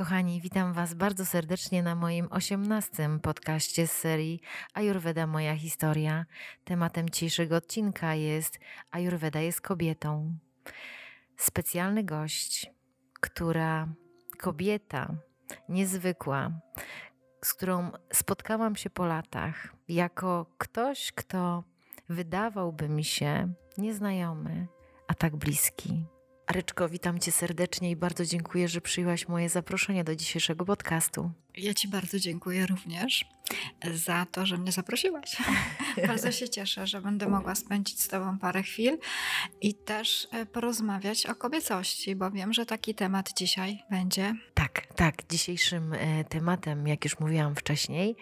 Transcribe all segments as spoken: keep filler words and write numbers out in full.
Kochani, witam Was bardzo serdecznie na moim osiemnastym podcaście z serii Ayurveda Moja Historia. Tematem dzisiejszego odcinka jest Ayurveda jest kobietą. Specjalny gość, która kobieta niezwykła, z którą spotkałam się po latach, jako ktoś, kto wydawałby mi się nieznajomy, a tak bliski. Areczko, witam Cię serdecznie i bardzo dziękuję, że przyjęłaś moje zaproszenie do dzisiejszego podcastu. Ja Ci bardzo dziękuję również za to, że mnie zaprosiłaś. Bardzo się cieszę, że będę mogła spędzić z Tobą parę chwil i też porozmawiać o kobiecości, bo wiem, że taki temat dzisiaj będzie. Tak, tak. Dzisiejszym tematem, jak już mówiłam wcześniej,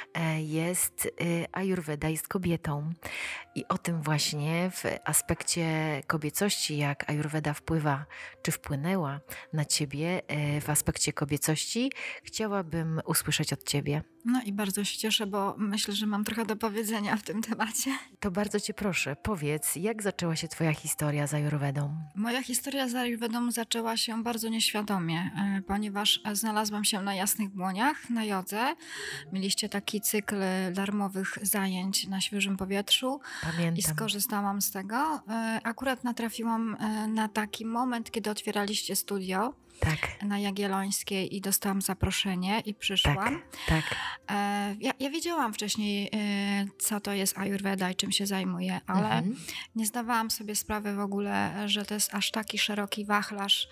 jest Ayurveda jest kobietą. I o tym właśnie w aspekcie kobiecości, jak Ayurveda wpływa, czy wpłynęła na Ciebie w aspekcie kobiecości, chciałabym usłyszeć od Ciebie. No i bardzo się cieszę, bo myślę, że mam trochę do powiedzenia w tym temacie. To bardzo Cię proszę, powiedz, jak zaczęła się Twoja historia z Ayurvedą? Moja historia z Ayurvedą zaczęła się bardzo nieświadomie, ponieważ znalazłam się na Jasnych Błoniach, na jodze. Mieliście taki cykl darmowych zajęć na świeżym powietrzu. Pamiętam. I skorzystałam z tego. Akurat natrafiłam na taki moment, kiedy otwieraliście studio. Tak. Na Jagiellońskiej i dostałam zaproszenie i przyszłam. Tak, tak. Ja, ja wiedziałam wcześniej, co to jest Ayurveda i czym się zajmuję, ale mhm. nie zdawałam sobie sprawy w ogóle, że to jest aż taki szeroki wachlarz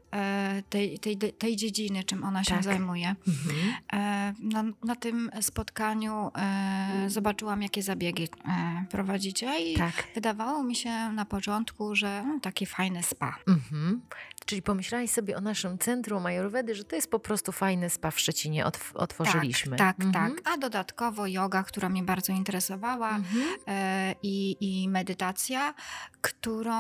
tej, tej, tej dziedziny, czym ona się tak. zajmuje. Mhm. Na, na tym spotkaniu zobaczyłam, jakie zabiegi prowadzicie i tak. wydawało mi się na początku, że no, takie fajne spa. Mhm. Czyli pomyślałaś sobie o naszym centrum Ayurvedy, że to jest po prostu fajne spa w Szczecinie otw- otworzyliśmy. Tak, tak, mhm. tak. A dodatkowo yoga, która mnie bardzo interesowała mhm. e, i, i medytacja, którą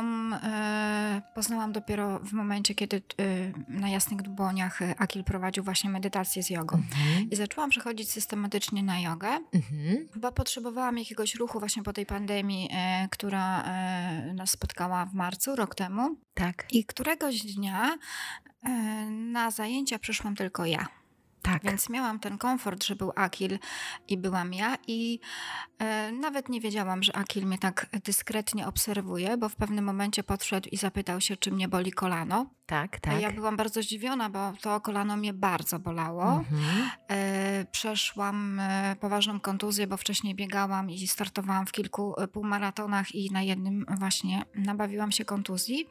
e, poznałam dopiero w momencie, kiedy e, na Jasnych Błoniach Akil prowadził właśnie medytację z jogą. Mhm. I zaczęłam przechodzić systematycznie na jogę, mhm. bo potrzebowałam jakiegoś ruchu właśnie po tej pandemii, e, która e, nas spotkała w marcu, rok temu. Tak. I któregoś dnia e, na zajęcia przyszłam tylko ja. Tak. Więc miałam ten komfort, że był Akil i byłam ja i e, nawet nie wiedziałam, że Akil mnie tak dyskretnie obserwuje, bo w pewnym momencie podszedł i zapytał się, czy mnie boli kolano. Tak, tak. Ja byłam bardzo zdziwiona, bo to kolano mnie bardzo bolało. Mhm. E, przeszłam e, poważną kontuzję, bo wcześniej biegałam i startowałam w kilku e, półmaratonach i na jednym właśnie nabawiłam się kontuzji.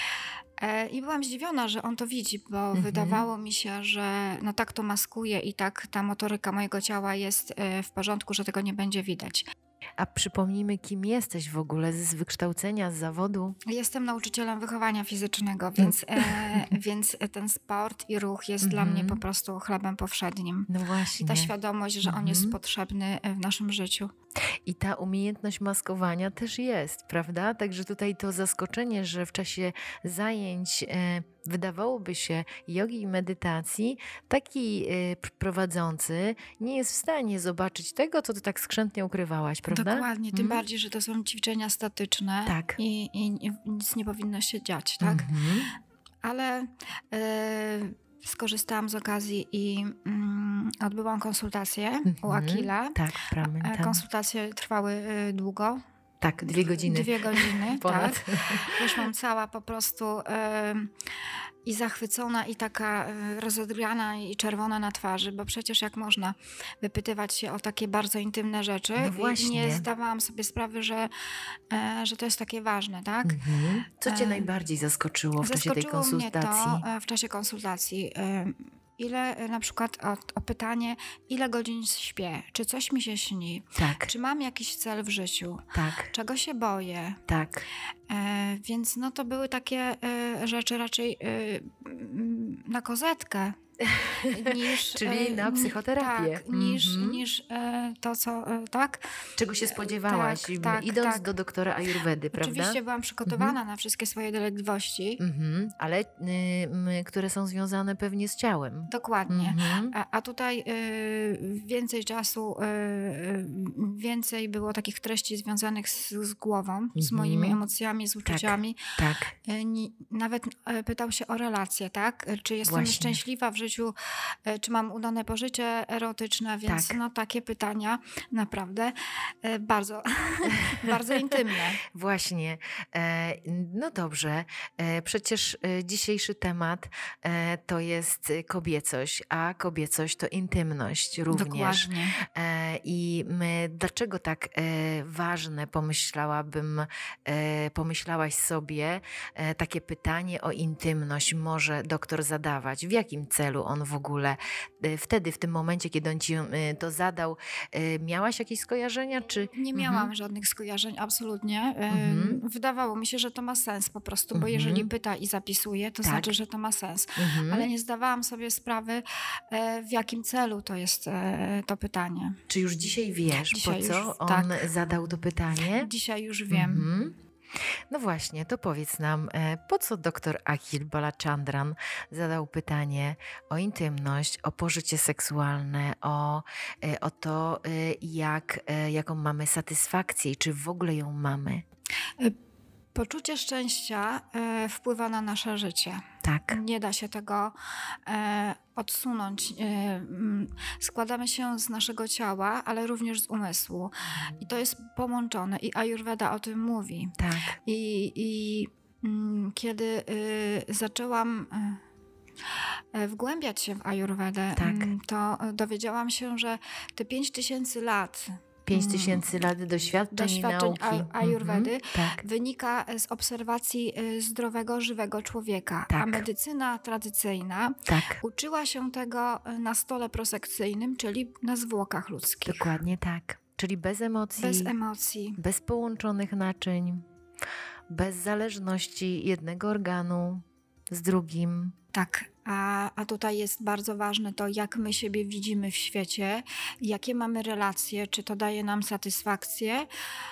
I byłam zdziwiona, że on to widzi, bo mhm. wydawało mi się, że no tak to maskuje i tak ta motoryka mojego ciała jest w porządku, że tego nie będzie widać. A przypomnijmy, kim jesteś w ogóle z wykształcenia, z zawodu? Jestem nauczycielem wychowania fizycznego, więc, e, więc ten sport i ruch jest mm-hmm. dla mnie po prostu chlebem powszednim. No właśnie. I ta świadomość, że mm-hmm. on jest potrzebny w naszym życiu. I ta umiejętność maskowania też jest, prawda? Także tutaj to zaskoczenie, że w czasie zajęć e, wydawałoby się jogi i medytacji, taki e, prowadzący nie jest w stanie zobaczyć tego, co ty tak skrzętnie ukrywałaś, prawda? Dokładnie, tym mm. bardziej, że to są ćwiczenia statyczne tak. i, i, i nic nie powinno się dziać, tak? Mm-hmm. Ale e, skorzystałam z okazji i mm, odbyłam konsultację mm-hmm. u Akila. Tak, pamiętam. Konsultacje trwały y, długo. Tak, dwie godziny. Dwie godziny, Ponad. tak. Wyszłam cała po prostu y, i zachwycona i taka y, rozodriana i czerwona na twarzy, bo przecież jak można wypytywać się o takie bardzo intymne rzeczy. No właśnie. I nie zdawałam sobie sprawy, że, y, że to jest takie ważne, tak? Mhm. Co cię y, najbardziej zaskoczyło w czasie tej konsultacji? Zaskoczyło mnie to w czasie konsultacji. Y, Ile, na przykład o, o pytanie, ile godzin śpię, czy coś mi się śni, tak. czy mam jakiś cel w życiu, tak. czego się boję. Tak. E, więc no to były takie e, rzeczy raczej e, na kozetkę. Niż, Czyli na psychoterapię. Tak, niż, mm-hmm. niż e, to, co, e, tak? Czego się spodziewałaś, tak, tak, idąc tak. do doktora Ayurvedy, prawda? Oczywiście byłam przygotowana mm-hmm. na wszystkie swoje dolegliwości. Mm-hmm. Ale y, y, które są związane pewnie z ciałem. Dokładnie. Mm-hmm. A, a tutaj y, więcej czasu, y, y, więcej było takich treści związanych z, z głową, mm-hmm. z moimi emocjami, z uczuciami. Tak, tak. Y, ni, nawet y, pytał się o relacje, tak? Czy jestem Właśnie. szczęśliwa w życiu, życiu, czy mam udane pożycie erotyczne, więc Tak. no takie pytania naprawdę bardzo, bardzo intymne. Właśnie. No dobrze. Przecież dzisiejszy temat to jest kobiecość, a kobiecość to intymność również. Dokładnie. I my, dlaczego tak ważne, pomyślałabym, pomyślałaś sobie, takie pytanie o intymność może doktor zadawać? W jakim celu on w ogóle wtedy, w tym momencie, kiedy on ci to zadał, miałaś jakieś skojarzenia? Czy... Nie miałam mhm. żadnych skojarzeń, absolutnie. Mhm. Wydawało mi się, że to ma sens po prostu, bo Mhm. jeżeli pyta i zapisuje, to Tak. znaczy, że to ma sens. Mhm. Ale nie zdawałam sobie sprawy, w jakim celu to jest to pytanie. Czy już dzisiaj wiesz, Dzisiaj po co już, on tak. zadał to pytanie? Dzisiaj już wiem. Mhm. No właśnie, to powiedz nam, po co doktor Akhil Balachandran zadał pytanie o intymność, o pożycie seksualne, o, o to, jak, jaką mamy satysfakcję i czy w ogóle ją mamy? Poczucie szczęścia e, wpływa na nasze życie. Tak. Nie da się tego e, odsunąć. E, składamy się z naszego ciała, ale również z umysłu. I to jest połączone. I Ayurveda o tym mówi. Tak. I, i m, kiedy y, zaczęłam y, wgłębiać się w Ayurvedę, tak. m, to dowiedziałam się, że te pięć tysięcy lat Pięć tysięcy lat doświadczeń, doświadczeń i nauki. Ayurvedy mhm, tak. wynika z obserwacji zdrowego, żywego człowieka. Tak. A medycyna tradycyjna tak. uczyła się tego na stole prosekcyjnym, czyli na zwłokach ludzkich. Dokładnie tak. Czyli bez emocji. Bez emocji. Bez połączonych naczyń. Bez zależności jednego organu z drugim. Tak, a, a tutaj jest bardzo ważne to, jak my siebie widzimy w świecie, jakie mamy relacje, czy to daje nam satysfakcję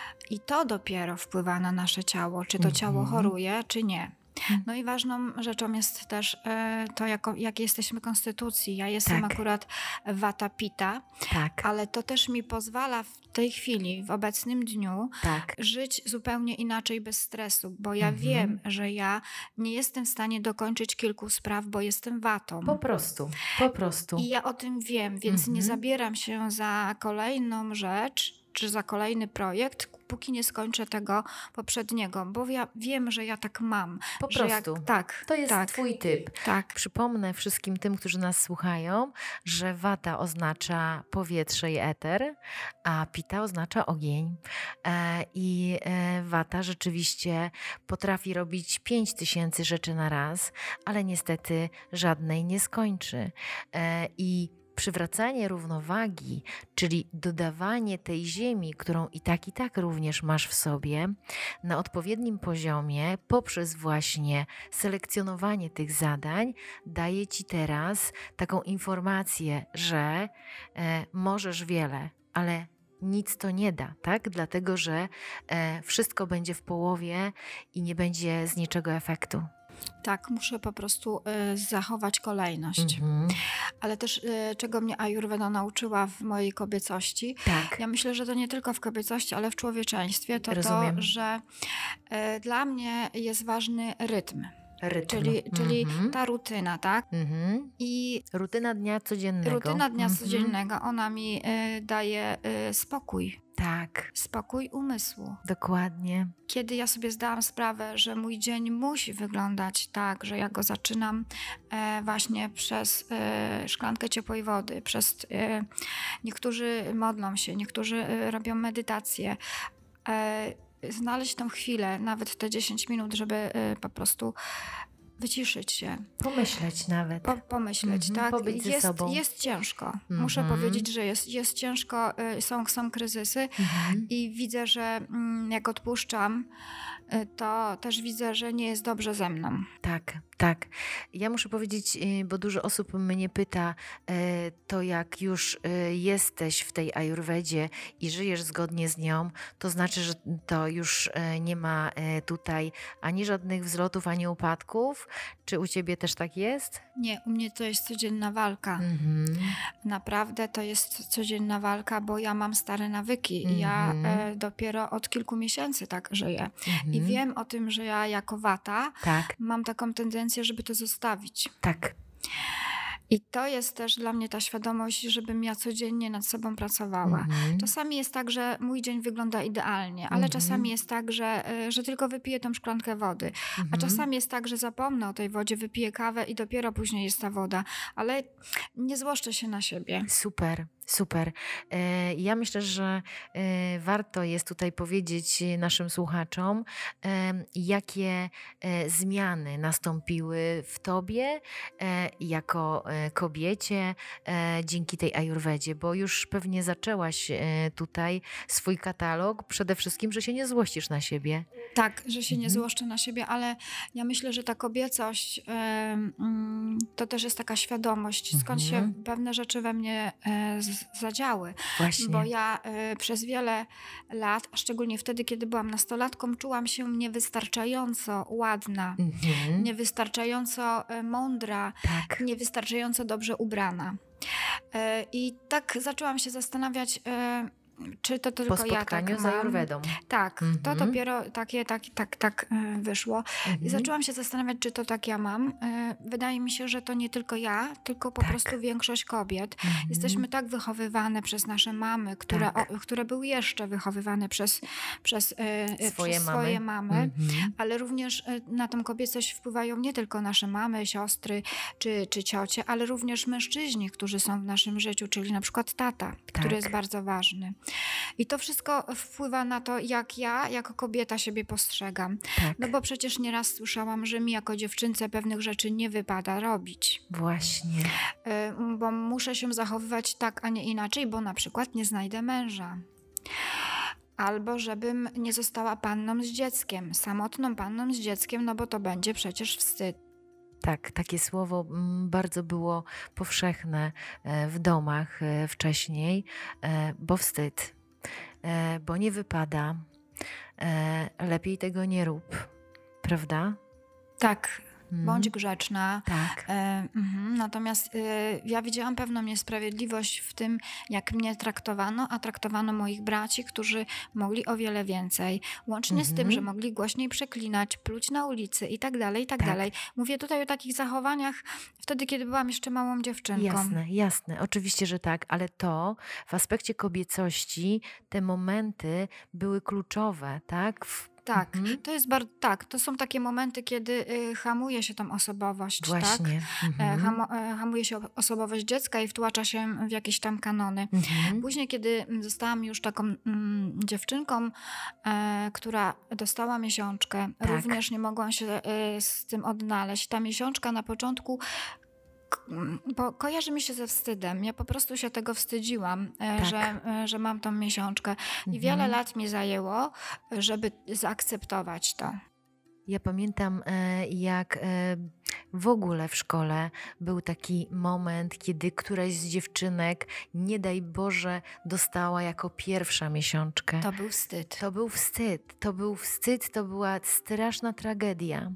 i to dopiero wpływa na nasze ciało, czy to mm-hmm. ciało choruje, czy nie. No i ważną rzeczą jest też e, to, jako, jakie jesteśmy konstytucji. Ja jestem tak. akurat Vata Pitta, tak. ale to też mi pozwala w tej chwili, w obecnym dniu, tak. żyć zupełnie inaczej, bez stresu, bo ja mhm. wiem, że ja nie jestem w stanie dokończyć kilku spraw, bo jestem watą. Po prostu, po prostu. I ja o tym wiem, więc mhm. nie zabieram się za kolejną rzecz, czy za kolejny projekt, póki nie skończę tego poprzedniego, bo ja wiem, że ja tak mam. Po prostu. Jak, tak. To jest tak, twój typ. Tak. Przypomnę wszystkim tym, którzy nas słuchają, że Vata oznacza powietrze i eter, a Pitta oznacza ogień. E, I e, Vata rzeczywiście potrafi robić pięć tysięcy rzeczy na raz, ale niestety żadnej nie skończy. E, I przywracanie równowagi, czyli dodawanie tej ziemi, którą i tak, i tak również masz w sobie, na odpowiednim poziomie, poprzez właśnie selekcjonowanie tych zadań, daje ci teraz taką informację, że e, możesz wiele, ale nic to nie da, tak? Dlatego, że e, wszystko będzie w połowie i nie będzie z niczego efektu. Tak, muszę po prostu y, zachować kolejność. Mhm. Ale też y, czego mnie Ayurveda nauczyła w mojej kobiecości. Tak. Ja myślę, że to nie tylko w kobiecości, ale w człowieczeństwie. To Rozumiem. to, że y, dla mnie jest ważny rytm. Rytm. Czyli, czyli mhm. ta rutyna, tak? Mhm. I rutyna dnia codziennego. Rutyna dnia mhm. codziennego, ona mi y, daje y, spokój. Tak. Spokój umysłu. Dokładnie. Kiedy ja sobie zdałam sprawę, że mój dzień musi wyglądać tak, że ja go zaczynam e, właśnie przez e, szklankę ciepłej wody, przez e, niektórzy modlą się, niektórzy e, robią medytację. E, znaleźć tą chwilę, nawet te dziesięć minut, żeby e, po prostu wyciszyć się. Pomyśleć nawet. Po, pomyśleć, mhm, tak. Pobyć ze jest, sobą. jest ciężko. Mhm. Muszę powiedzieć, że jest, jest ciężko, y, są, są kryzysy mhm. i widzę, że y, jak odpuszczam, y, to też widzę, że nie jest dobrze ze mną. Tak, tak. Ja muszę powiedzieć, bo dużo osób mnie pyta, to jak już jesteś w tej Ayurvedzie i żyjesz zgodnie z nią, to znaczy, że to już nie ma tutaj ani żadnych wzlotów, ani upadków. Czy u ciebie też tak jest? Nie, u mnie to jest codzienna walka. Mhm. Naprawdę to jest codzienna walka, bo ja mam stare nawyki mhm. i ja e, dopiero od kilku miesięcy tak żyję. Mhm. I wiem o tym, że ja jako wata tak. mam taką tendencję, żeby to zostawić. Tak. I to jest też dla mnie ta świadomość, żebym ja codziennie nad sobą pracowała. Mhm. Czasami jest tak, że mój dzień wygląda idealnie, ale Mhm. czasami jest tak, że, y, że tylko wypiję tą szklankę wody. A Mhm. czasami jest tak, że zapomnę o tej wodzie, wypiję kawę i dopiero później jest ta woda. Ale nie złoszczę się na siebie. Super, super. E, Ja myślę, że e, warto jest tutaj powiedzieć naszym słuchaczom, em, jakie e, zmiany nastąpiły w tobie e, jako e, kobiecie e, dzięki tej ajurwedzie, bo już pewnie zaczęłaś e, tutaj swój katalog, przede wszystkim, że się nie złościsz na siebie. Tak, że się nie Mhm. złoszczę na siebie, ale ja myślę, że ta kobiecość em, mm, to też jest taka świadomość, skąd się Mhm. pewne rzeczy we mnie e, z- zadziały. Bo Właśnie. ja e, przez wiele lat, a szczególnie wtedy, kiedy byłam nastolatką, czułam się niewystarczająco ładna, Mhm. niewystarczająco e, mądra, Tak. niewystarczająco dobrze ubrana. E, I tak zaczęłam się zastanawiać, e, czy to Po tylko ja spotkaniu tak z mam. ajurwedą. Tak, to Mhm. dopiero takie, tak, tak, tak e, wyszło. I Mhm. zaczęłam się zastanawiać, czy to tak ja mam. E, Wydaje mi się, że to nie tylko ja, tylko po Tak. prostu większość kobiet. Mhm. Jesteśmy tak wychowywane przez nasze mamy, które, Tak. o, które były jeszcze wychowywane przez, przez, e, e, Swoje przez mamy. swoje mamy. Mhm. Ale również e, na tą kobiecość wpływają nie tylko nasze mamy, siostry czy, czy ciocie, ale również mężczyźni, którzy są w naszym życiu, czyli na przykład tata, który Tak. jest bardzo ważny. I to wszystko wpływa na to, jak ja jako kobieta siebie postrzegam. Tak. No bo przecież nieraz słyszałam, że mi jako dziewczynce pewnych rzeczy nie wypada robić. Właśnie. Y, Bo muszę się zachowywać tak, a nie inaczej, bo na przykład nie znajdę męża. Albo żebym nie została panną z dzieckiem, samotną panną z dzieckiem, no bo to będzie przecież wstyd. Tak, takie słowo mm, bardzo było powszechne e, w domach e, wcześniej, e, bo wstyd, e, bo nie wypada, e, lepiej tego nie rób, prawda? Tak, Mm. bądź grzeczna. Tak. E, mhm. Natomiast e, ja widziałam pewną niesprawiedliwość w tym, jak mnie traktowano, a traktowano moich braci, którzy mogli o wiele więcej. Łącznie z tym, Mhm. że mogli głośniej przeklinać, pluć na ulicy i tak dalej, i tak Tak. dalej. Mówię tutaj o takich zachowaniach wtedy, kiedy byłam jeszcze małą dziewczynką. Jasne, jasne, oczywiście, że tak, ale to w aspekcie kobiecości te momenty były kluczowe, tak? W... Tak, Mhm. to jest bardzo, tak, to są takie momenty, kiedy y, hamuje się tą osobowość, tak? Właśnie. E, Mhm. hamo, e, hamuje się o- osobowość dziecka i wtłacza się w jakieś tam kanony. Mhm. Później, kiedy mm, zostałam już taką mm, dziewczynką, e, która dostała miesiączkę, Tak. również nie mogłam się e, z tym odnaleźć. Ta miesiączka na początku k- m, bo kojarzy mi się ze wstydem. Ja po prostu się tego wstydziłam, e, Tak. że, e, że mam tą miesiączkę. I Mhm. wiele lat mi zajęło, żeby zaakceptować to. Ja pamiętam, e, jak e, w ogóle w szkole był taki moment, kiedy któraś z dziewczynek, nie daj Boże, dostała jako pierwsza miesiączkę. To był wstyd. To był wstyd, to był wstyd, to była straszna tragedia.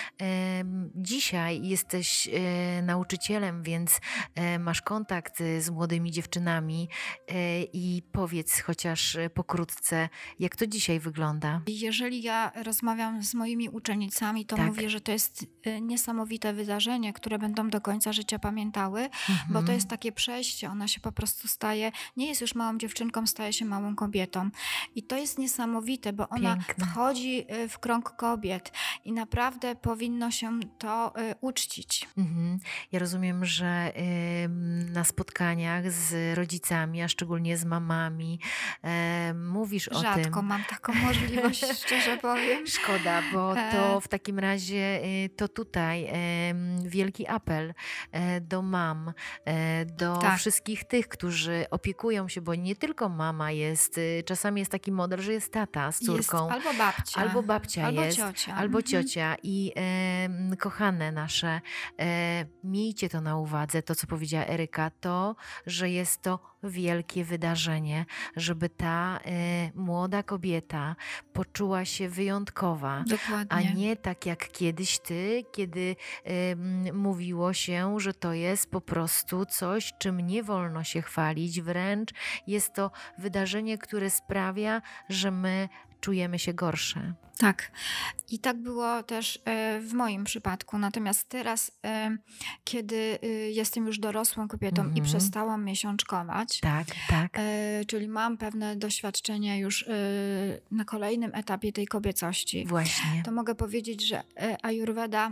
Em, Dzisiaj jesteś e, nauczycielem, więc e, masz kontakt e, z młodymi dziewczynami e, i powiedz chociaż e, pokrótce, jak to dzisiaj wygląda. Jeżeli ja rozmawiam z moimi uczennicami, to Tak. mówię, że to jest y, niesamowite wydarzenie, które będą do końca życia pamiętały, bo to Mhm. jest takie przejście. Ona się po prostu staje, nie jest już małą dziewczynką, staje się małą kobietą. I to jest niesamowite, bo ona Piękne. wchodzi y, w krąg kobiet i naprawdę powinno się to y, uczcić. Mhm. Ja rozumiem, że ym, na spotkaniach z rodzicami, a szczególnie z mamami, em, mówisz o Rzadko tym. mam taką możliwość, szczerze powiem. Szkoda, bo E. to w takim razie y, to tutaj em, wielki apel e, do mam, e, do Tak. wszystkich tych, którzy opiekują się, bo nie tylko mama jest, y, czasami jest taki model, że jest tata z Jest córką. albo babcia, Albo babcia albo jest, ciocia. albo Mhm. ciocia. I e, kochane nasze, e, miejcie to na uwadze, to co powiedziała Eryka, to, że jest to wielkie wydarzenie, żeby ta e, młoda kobieta poczuła się wyjątkowa. Dokładnie. A nie tak jak kiedyś ty, kiedy em, mówiło się, że to jest po prostu coś, czym nie wolno się chwalić, wręcz jest to wydarzenie, które sprawia, że my czujemy się gorsze. Tak. I tak było też w moim przypadku. Natomiast teraz, kiedy jestem już dorosłą kobietą Mhm. i przestałam miesiączkować, Tak, tak. czyli mam pewne doświadczenia już na kolejnym etapie tej kobiecości, Właśnie. to mogę powiedzieć, że Ajurweda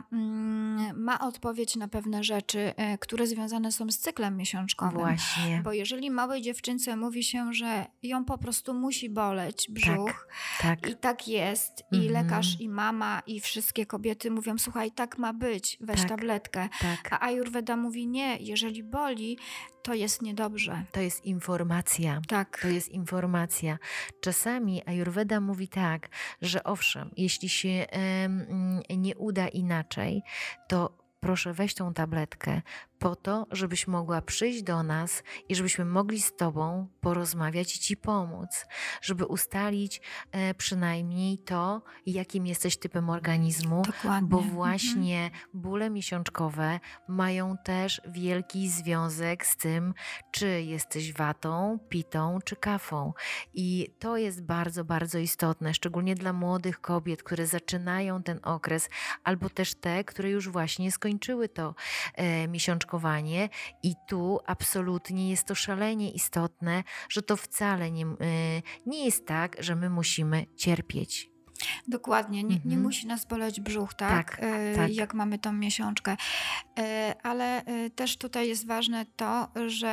ma odpowiedź na pewne rzeczy, które związane są z cyklem miesiączkowym. Właśnie. Bo jeżeli małej dziewczynce mówi się, że ją po prostu musi boleć brzuch, tak, tak. i tak jest, i Mhm. lekarz, i mama, i wszystkie kobiety mówią, słuchaj, tak ma być, weź Tak, tabletkę. tak. A Ajurweda mówi, nie, jeżeli boli, to jest niedobrze. To jest informacja. Tak. To jest informacja. Czasami Ajurweda mówi tak, że owszem, jeśli się em, nie uda inaczej, to proszę weź tą tabletkę po to, żebyś mogła przyjść do nas i żebyśmy mogli z tobą porozmawiać i ci pomóc, żeby ustalić e, przynajmniej to, jakim jesteś typem organizmu, Dokładnie. bo właśnie mhm. bóle miesiączkowe mają też wielki związek z tym, czy jesteś watą, pitą czy kafą. I to jest bardzo, bardzo istotne, szczególnie dla młodych kobiet, które zaczynają ten okres, albo też te, które już właśnie skończyły to e, miesiączkowanie. I tu absolutnie jest to szalenie istotne, że to wcale nie, nie jest tak, że my musimy cierpieć. Dokładnie, nie, mhm. nie musi nas boleć brzuch, tak? Tak, e, tak. Jak mamy tą miesiączkę. E, ale e, też tutaj jest ważne to, że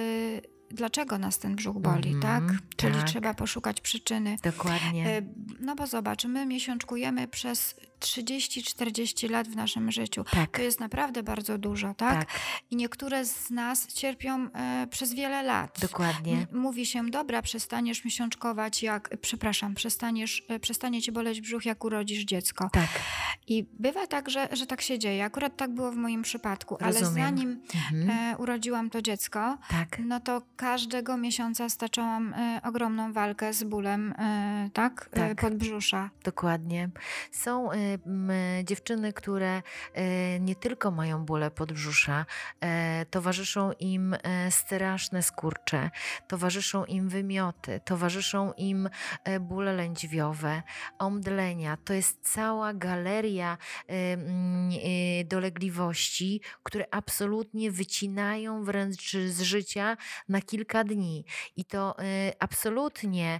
e, dlaczego nas ten brzuch boli, mm-hmm, tak? Czyli tak. trzeba poszukać przyczyny. Dokładnie. No bo zobacz, my miesiączkujemy przez trzydzieści czterdzieści lat w naszym życiu. Tak. To jest naprawdę bardzo dużo, tak? tak. I niektóre z nas cierpią e, przez wiele lat. Dokładnie. M- mówi się, dobra, przestaniesz miesiączkować jak, przepraszam, przestaniesz, e, przestanie cię boleć brzuch, jak urodzisz dziecko. Tak. I bywa tak, że, że tak się dzieje. Akurat tak było w moim przypadku. Rozumiem. Ale zanim mhm. e, urodziłam to dziecko, tak. no to każdego miesiąca staczałam e, ogromną walkę z bólem, e, tak? tak. E, podbrzusza. Dokładnie. Są y, m, dziewczyny, które y, nie tylko mają bóle podbrzusza, y, towarzyszą im y, straszne skurcze, towarzyszą im wymioty, towarzyszą im y, bóle lędźwiowe, omdlenia. To jest cała galeria y, y, dolegliwości, które absolutnie wycinają wręcz z życia na kilka dni. I to y, absolutnie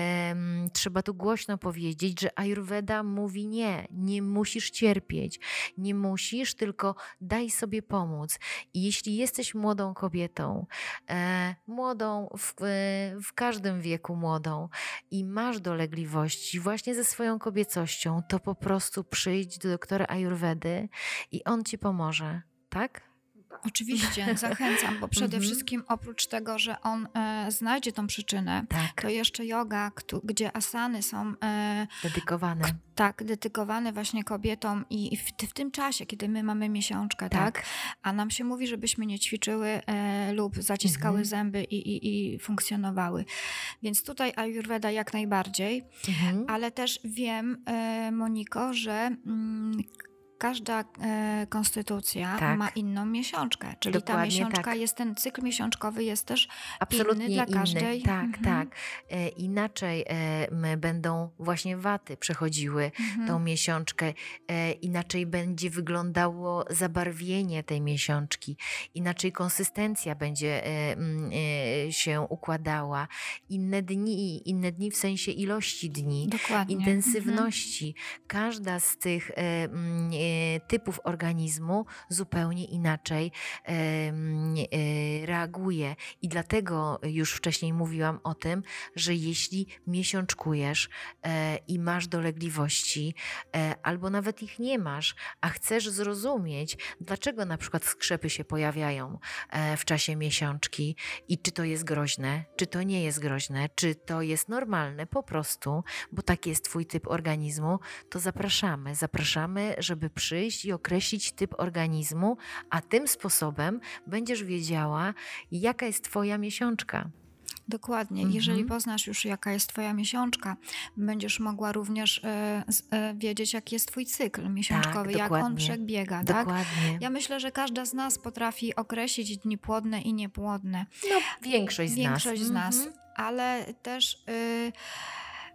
y, trzeba tu głośno powiedzieć, że Ajurweda mówi nie, nie musisz cierpieć, nie musisz, tylko daj sobie pomóc. I jeśli jesteś młodą kobietą, e, młodą w, e, w każdym wieku młodą i masz dolegliwości właśnie ze swoją kobiecością, to po prostu przyjdź do doktora Ajurwedy i on ci pomoże, tak? Oczywiście, zachęcam, bo przede Mhm. wszystkim oprócz tego, że on e, znajdzie tą przyczynę, Tak. to jeszcze yoga, kto, gdzie asany są e, Dedykowane. k- tak, dedykowane właśnie kobietom i w, w tym czasie, kiedy my mamy miesiączkę, tak, Tak. a nam się mówi, żebyśmy nie ćwiczyły e, lub zaciskały Mhm. zęby i, i, i funkcjonowały. Więc tutaj Ajurweda jak najbardziej, Mhm. ale też wiem, e, Moniko, że mm, każda e, konstytucja Tak. ma inną miesiączkę, czyli ta Dokładnie miesiączka tak. jest, ten cykl miesiączkowy jest też Absolutnie inny dla inny. każdej. Tak, Mhm. tak. E, inaczej e, m, będą właśnie waty przechodziły Mhm. tą miesiączkę, e, inaczej będzie wyglądało zabarwienie tej miesiączki, inaczej konsystencja będzie e, m, e, się układała, inne dni, inne dni w sensie ilości dni, Dokładnie. intensywności. Każda z tych e, m, e, typów organizmu zupełnie inaczej e, m, e, reaguje. I dlatego już wcześniej mówiłam o tym, że jeśli miesiączkujesz e, i masz dolegliwości, e, albo nawet ich nie masz, a chcesz zrozumieć, dlaczego na przykład skrzepy się pojawiają e, w czasie miesiączki i czy to jest groźne, czy to nie jest groźne, czy to jest normalne po prostu, bo taki jest twój typ organizmu, to zapraszamy. Zapraszamy, żeby przyjść i określić typ organizmu, a tym sposobem będziesz wiedziała, jaka jest twoja miesiączka. Dokładnie. Mhm. Jeżeli poznasz już, jaka jest twoja miesiączka, będziesz mogła również e, z, e, wiedzieć, jaki jest twój cykl miesiączkowy, Tak, jak on dokładnie. przebiega. Tak? Dokładnie. Ja myślę, że każda z nas potrafi określić dni płodne i niepłodne. No, większość z Większość nas. z nas. Mhm. Ale też y,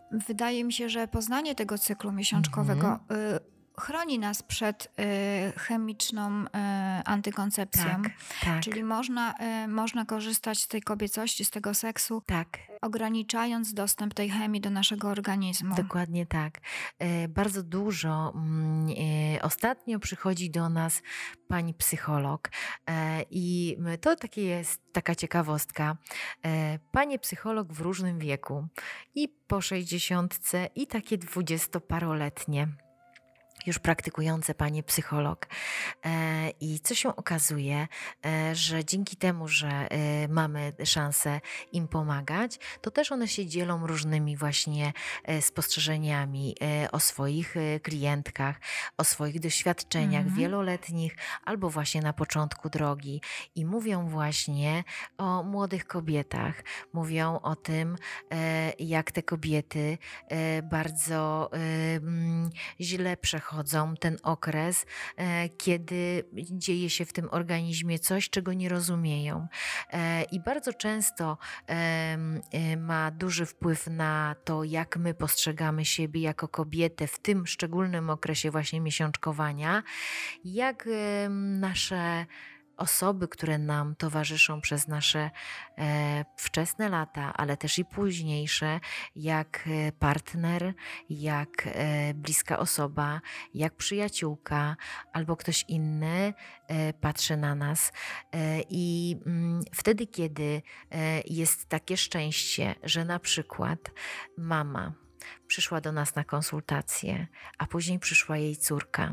wydaje mi się, że poznanie tego cyklu miesiączkowego Mhm. y, chroni nas przed y, chemiczną y, antykoncepcją. Tak, tak, Czyli można, y, można korzystać z tej kobiecości, z tego seksu, tak. ograniczając dostęp tej chemii do naszego organizmu. Dokładnie tak. E, Bardzo dużo mm, e, ostatnio przychodzi do nas pani psycholog e, i my- to takie jest taka ciekawostka. E, Panie psycholog w różnym wieku i po sześćdziesiątce i takie dwudziestoparoletnie. Już praktykujące panie psycholog. E, I co się okazuje, e, że dzięki temu, że e, mamy szansę im pomagać, to też one się dzielą różnymi właśnie e, spostrzeżeniami e, o swoich e, klientkach, o swoich doświadczeniach Mhm. wieloletnich albo właśnie na początku drogi i mówią właśnie o młodych kobietach. Mówią o tym, e, jak te kobiety e, bardzo e, mm, źle przechodzą ten okres, e, kiedy dzieje się w tym organizmie coś, czego nie rozumieją. E, I bardzo często em, e, ma duży wpływ na to, jak my postrzegamy siebie jako kobietę w tym szczególnym okresie właśnie miesiączkowania, jak em, nasze osoby, które nam towarzyszą przez nasze e, wczesne lata, ale też i późniejsze, jak e, partner, jak e, bliska osoba, jak przyjaciółka albo ktoś inny e, patrzy na nas. E, I mm, wtedy, kiedy e, jest takie szczęście, że na przykład mama przyszła do nas na konsultację, a później przyszła jej córka,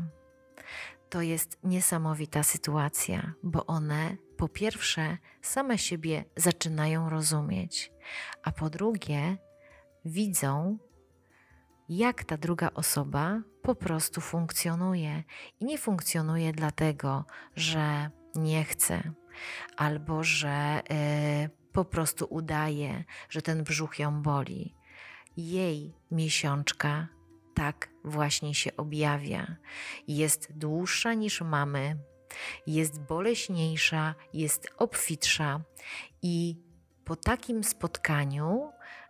to jest niesamowita sytuacja, bo one po pierwsze same siebie zaczynają rozumieć, a po drugie widzą, jak ta druga osoba po prostu funkcjonuje. I nie funkcjonuje dlatego, że nie chce, albo że y, po prostu udaje, że ten brzuch ją boli. Jej miesiączka tak właśnie się objawia. Jest dłuższa niż mamy, jest boleśniejsza, jest obfitsza i po takim spotkaniu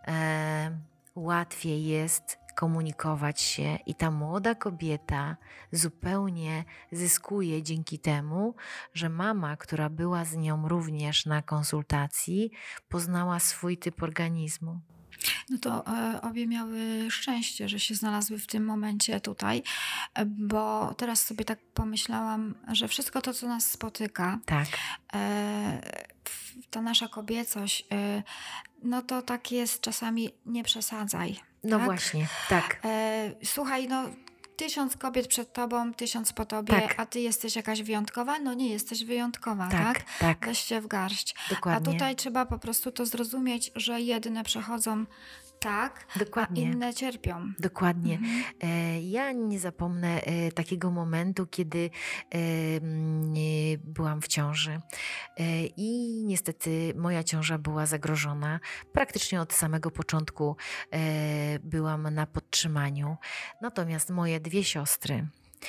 e, łatwiej jest komunikować się i ta młoda kobieta zupełnie zyskuje dzięki temu, że mama, która była z nią również na konsultacji, poznała swój typ organizmu. No to e, obie miały szczęście, że się znalazły w tym momencie tutaj, e, bo teraz sobie tak pomyślałam, że wszystko to, co nas spotyka, Tak, e, ta nasza kobiecość, e, no to tak jest czasami, nie przesadzaj. no tak? właśnie, tak. E, słuchaj, no tysiąc kobiet przed tobą, tysiąc po tobie, Tak. a ty jesteś jakaś wyjątkowa? No nie jesteś wyjątkowa, Tak, tak? tak. Weź się w garść. Dokładnie. A tutaj trzeba po prostu to zrozumieć, że jedne przechodzą tak, Dokładnie. a inne cierpią. Dokładnie. Mhm. E, Ja nie zapomnę e, takiego momentu, kiedy e, mm, e, byłam w ciąży e, i niestety moja ciąża była zagrożona. Praktycznie od samego początku e, byłam na podtrzymaniu. Natomiast moje dwie siostry,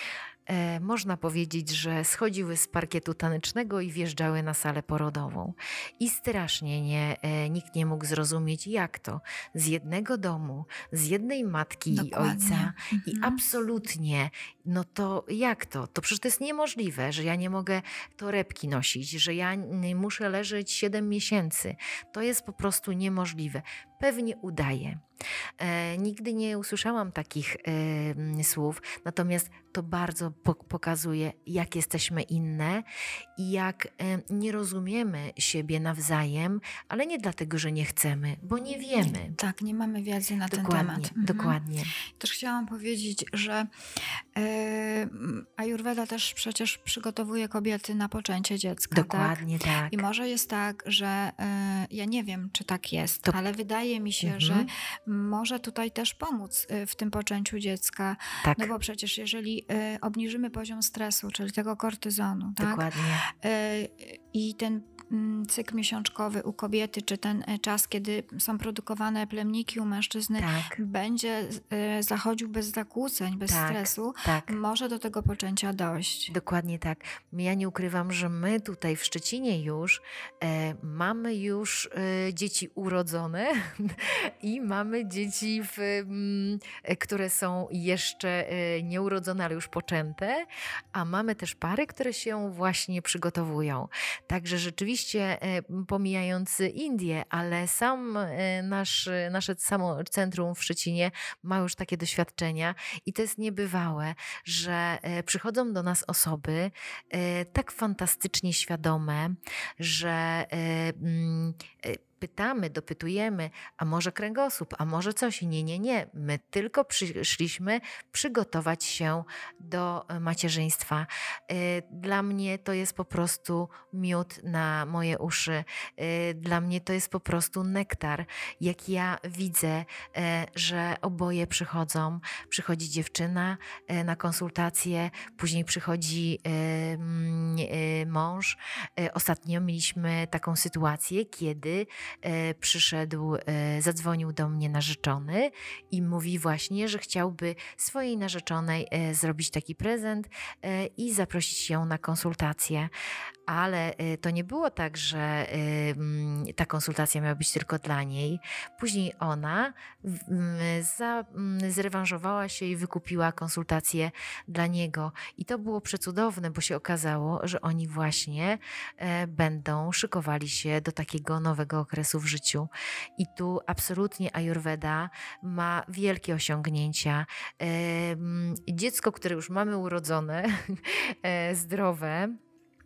E, można powiedzieć, że schodziły z parkietu tanecznego i wjeżdżały na salę porodową. I strasznie nie, e, nikt nie mógł zrozumieć, jak to z jednego domu, z jednej matki i Dokładnie. ojca i Mhm. absolutnie, no to jak to? To przecież to jest niemożliwe, że ja nie mogę torebki nosić, że ja n- muszę leżeć siedem miesięcy. To jest po prostu niemożliwe. Pewnie udaje. E, nigdy nie usłyszałam takich e, słów, natomiast to bardzo po- pokazuje, jak jesteśmy inne i jak e, nie rozumiemy siebie nawzajem, ale nie dlatego, że nie chcemy, bo nie wiemy. Tak, nie mamy wiedzy na ten Dokładnie, temat. Mhm. dokładnie. Też chciałam powiedzieć, że e, Ajurweda też przecież przygotowuje kobiety na poczęcie dziecka. Dokładnie tak. Tak? I może jest tak, że e, ja nie wiem, czy tak jest, To- ale wydaje mi się, Mhm. że może tutaj też pomóc e, w tym poczęciu dziecka. Tak, No bo przecież jeżeli e, obniżymy poziom stresu, czyli tego kortyzonu, tak? dokładnie. E, I ten cykl miesiączkowy u kobiety, czy ten czas, kiedy są produkowane plemniki u mężczyzny, Tak. będzie zachodził bez zakłóceń, bez Tak, stresu, tak. może do tego poczęcia dojść. Dokładnie tak. Ja nie ukrywam, że my tutaj w Szczecinie już e, mamy już e, dzieci urodzone i mamy dzieci, w, m, które są jeszcze e, nieurodzone, ale już poczęte, a mamy też pary, które się właśnie przygotowują. Także rzeczywiście e, pomijając Indię, ale sam e, nasz, nasze samo centrum w Szczecinie ma już takie doświadczenia i to jest niebywałe, że e, przychodzą do nas osoby e, tak fantastycznie świadome, że e, mm, e, pytamy, dopytujemy, a może kręgosłup, a może coś. Nie, nie, nie. My tylko przyszliśmy przygotować się do macierzyństwa. Dla mnie to jest po prostu miód na moje uszy. Dla mnie to jest po prostu nektar. Jak ja widzę, że oboje przychodzą. Przychodzi dziewczyna na konsultację, później przychodzi mąż. Ostatnio mieliśmy taką sytuację, kiedy przyszedł, zadzwonił do mnie narzeczony i mówi właśnie, że chciałby swojej narzeczonej zrobić taki prezent i zaprosić ją na konsultację. Ale to nie było tak, że ta konsultacja miała być tylko dla niej. Później ona za, zrewanżowała się i wykupiła konsultację dla niego. I to było przecudowne, bo się okazało, że oni właśnie będą szykowali się do takiego nowego okresu w życiu. I tu absolutnie Ajurweda ma wielkie osiągnięcia. Dziecko, które już mamy urodzone, zdrowe,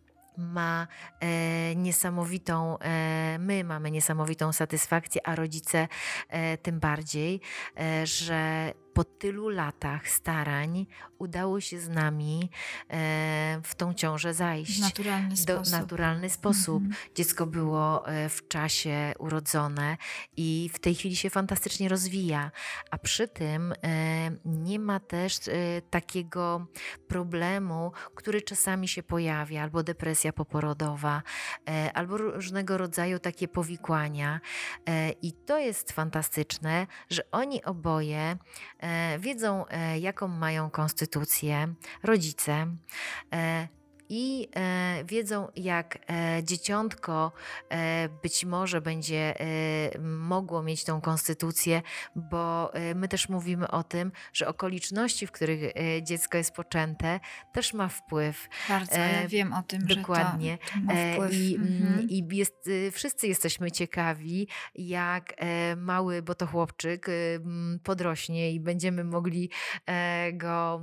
ma e, niesamowitą, e, my mamy niesamowitą satysfakcję, a rodzice e, tym bardziej, e, że po tylu latach starań udało się z nami e, w tą ciążę zajść. W naturalny sposób. Do, naturalny sposób. Mm-hmm. Dziecko było e, w czasie urodzone i w tej chwili się fantastycznie rozwija, a przy tym e, nie ma też e, takiego problemu, który czasami się pojawia, albo depresja poporodowa, e, albo różnego rodzaju takie powikłania. E, I to jest fantastyczne, że oni oboje E, wiedzą, e, jaką mają konstytucję rodzice e, i e, wiedzą, jak e, dzieciątko e, być może będzie e, mogło mieć tą konstytucję, bo e, my też mówimy o tym, że okoliczności, w których e, dziecko jest poczęte, też ma wpływ. Bardzo, ja wiem o tym, Dokładnie. że to, to ma wpływ. I, mhm. i jest, wszyscy jesteśmy ciekawi, jak e, mały, bo to chłopczyk, e, podrośnie i będziemy mogli e, go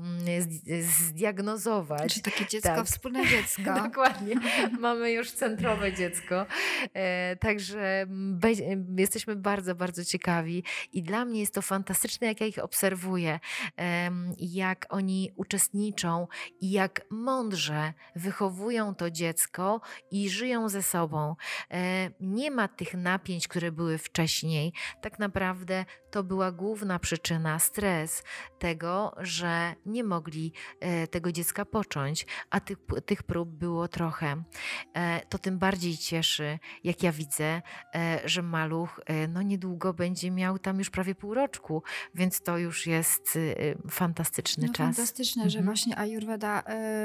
zdiagnozować. Czy takie dziecko tak. wspólne dziecko. Dokładnie. Mamy już centrowe dziecko. E, także be, jesteśmy bardzo, bardzo ciekawi i dla mnie jest to fantastyczne, jak ja ich obserwuję, e, jak oni uczestniczą i jak mądrze wychowują to dziecko i żyją ze sobą. E, nie ma tych napięć, które były wcześniej. Tak naprawdę to była główna przyczyna, stres tego, że nie mogli e, tego dziecka począć, a tych, tych prób było trochę. E, to tym bardziej cieszy, jak ja widzę, e, że maluch e, no niedługo będzie miał tam już prawie pół roczku, więc to już jest e, fantastyczny no, czas. Fantastyczne, mhm. że właśnie Ajurweda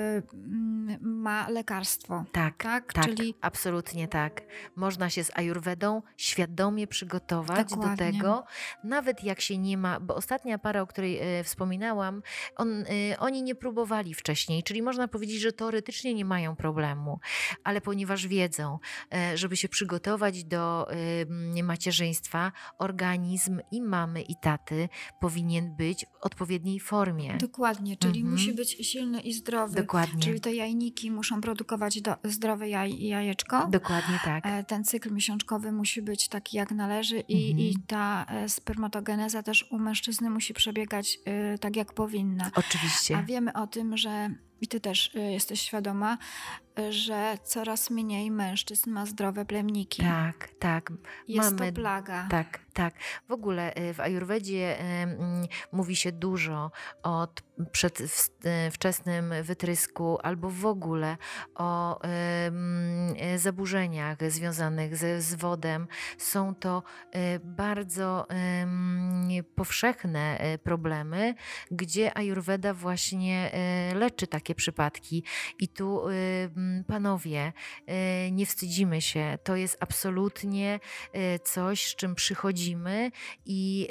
y, ma lekarstwo. Tak, tak, tak, czyli absolutnie tak. Można się z Ajurwedą świadomie przygotować Dokładnie. do tego, nawet jak się nie ma, bo ostatnia para, o której e, wspominałam, on, e, oni nie próbowali wcześniej, czyli można powiedzieć, że teoretycznie nie mają problemu, ale ponieważ wiedzą, e, żeby się przygotować do e, macierzyństwa, organizm i mamy i taty powinien być w odpowiedniej formie. Dokładnie, czyli mhm. musi być silny i zdrowy. Dokładnie. Czyli te jajniki muszą produkować do, zdrowe jaj, jajeczko. Dokładnie tak. E, ten cykl miesiączkowy musi być taki jak należy i, mhm. i ta e, spermatogeneza też u mężczyzny musi przebiegać e, tak jak powinna. Oczywiście. A wiemy o tym, że i ty też y, jesteś świadoma, y, że coraz mniej mężczyzn ma zdrowe plemniki. Tak, tak. Jest Mamy, to plaga. Tak, Tak, w ogóle w ajurwedzie y, mówi się dużo o przedwczesnym wytrysku albo w ogóle o y, zaburzeniach związanych z, z wodem. Są to y, bardzo y, powszechne problemy, gdzie ajurweda właśnie y, leczy takie przypadki. I tu y, panowie, y, nie wstydzimy się, to jest absolutnie y, coś, z czym przychodzimy i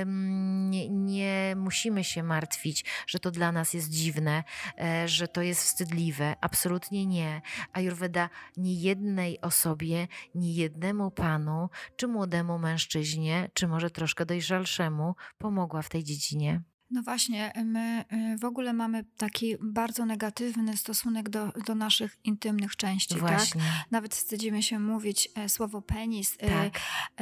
nie, nie musimy się martwić, że to dla nas jest dziwne, że to jest wstydliwe. Absolutnie nie. Ajurweda nie jednej osobie, nie jednemu panu, czy młodemu mężczyźnie, czy może troszkę dojrzalszemu pomogła w tej dziedzinie. No właśnie, my w ogóle mamy taki bardzo negatywny stosunek do, do naszych intymnych części, Właśnie. tak? Nawet wstydzimy się mówić słowo penis, tak.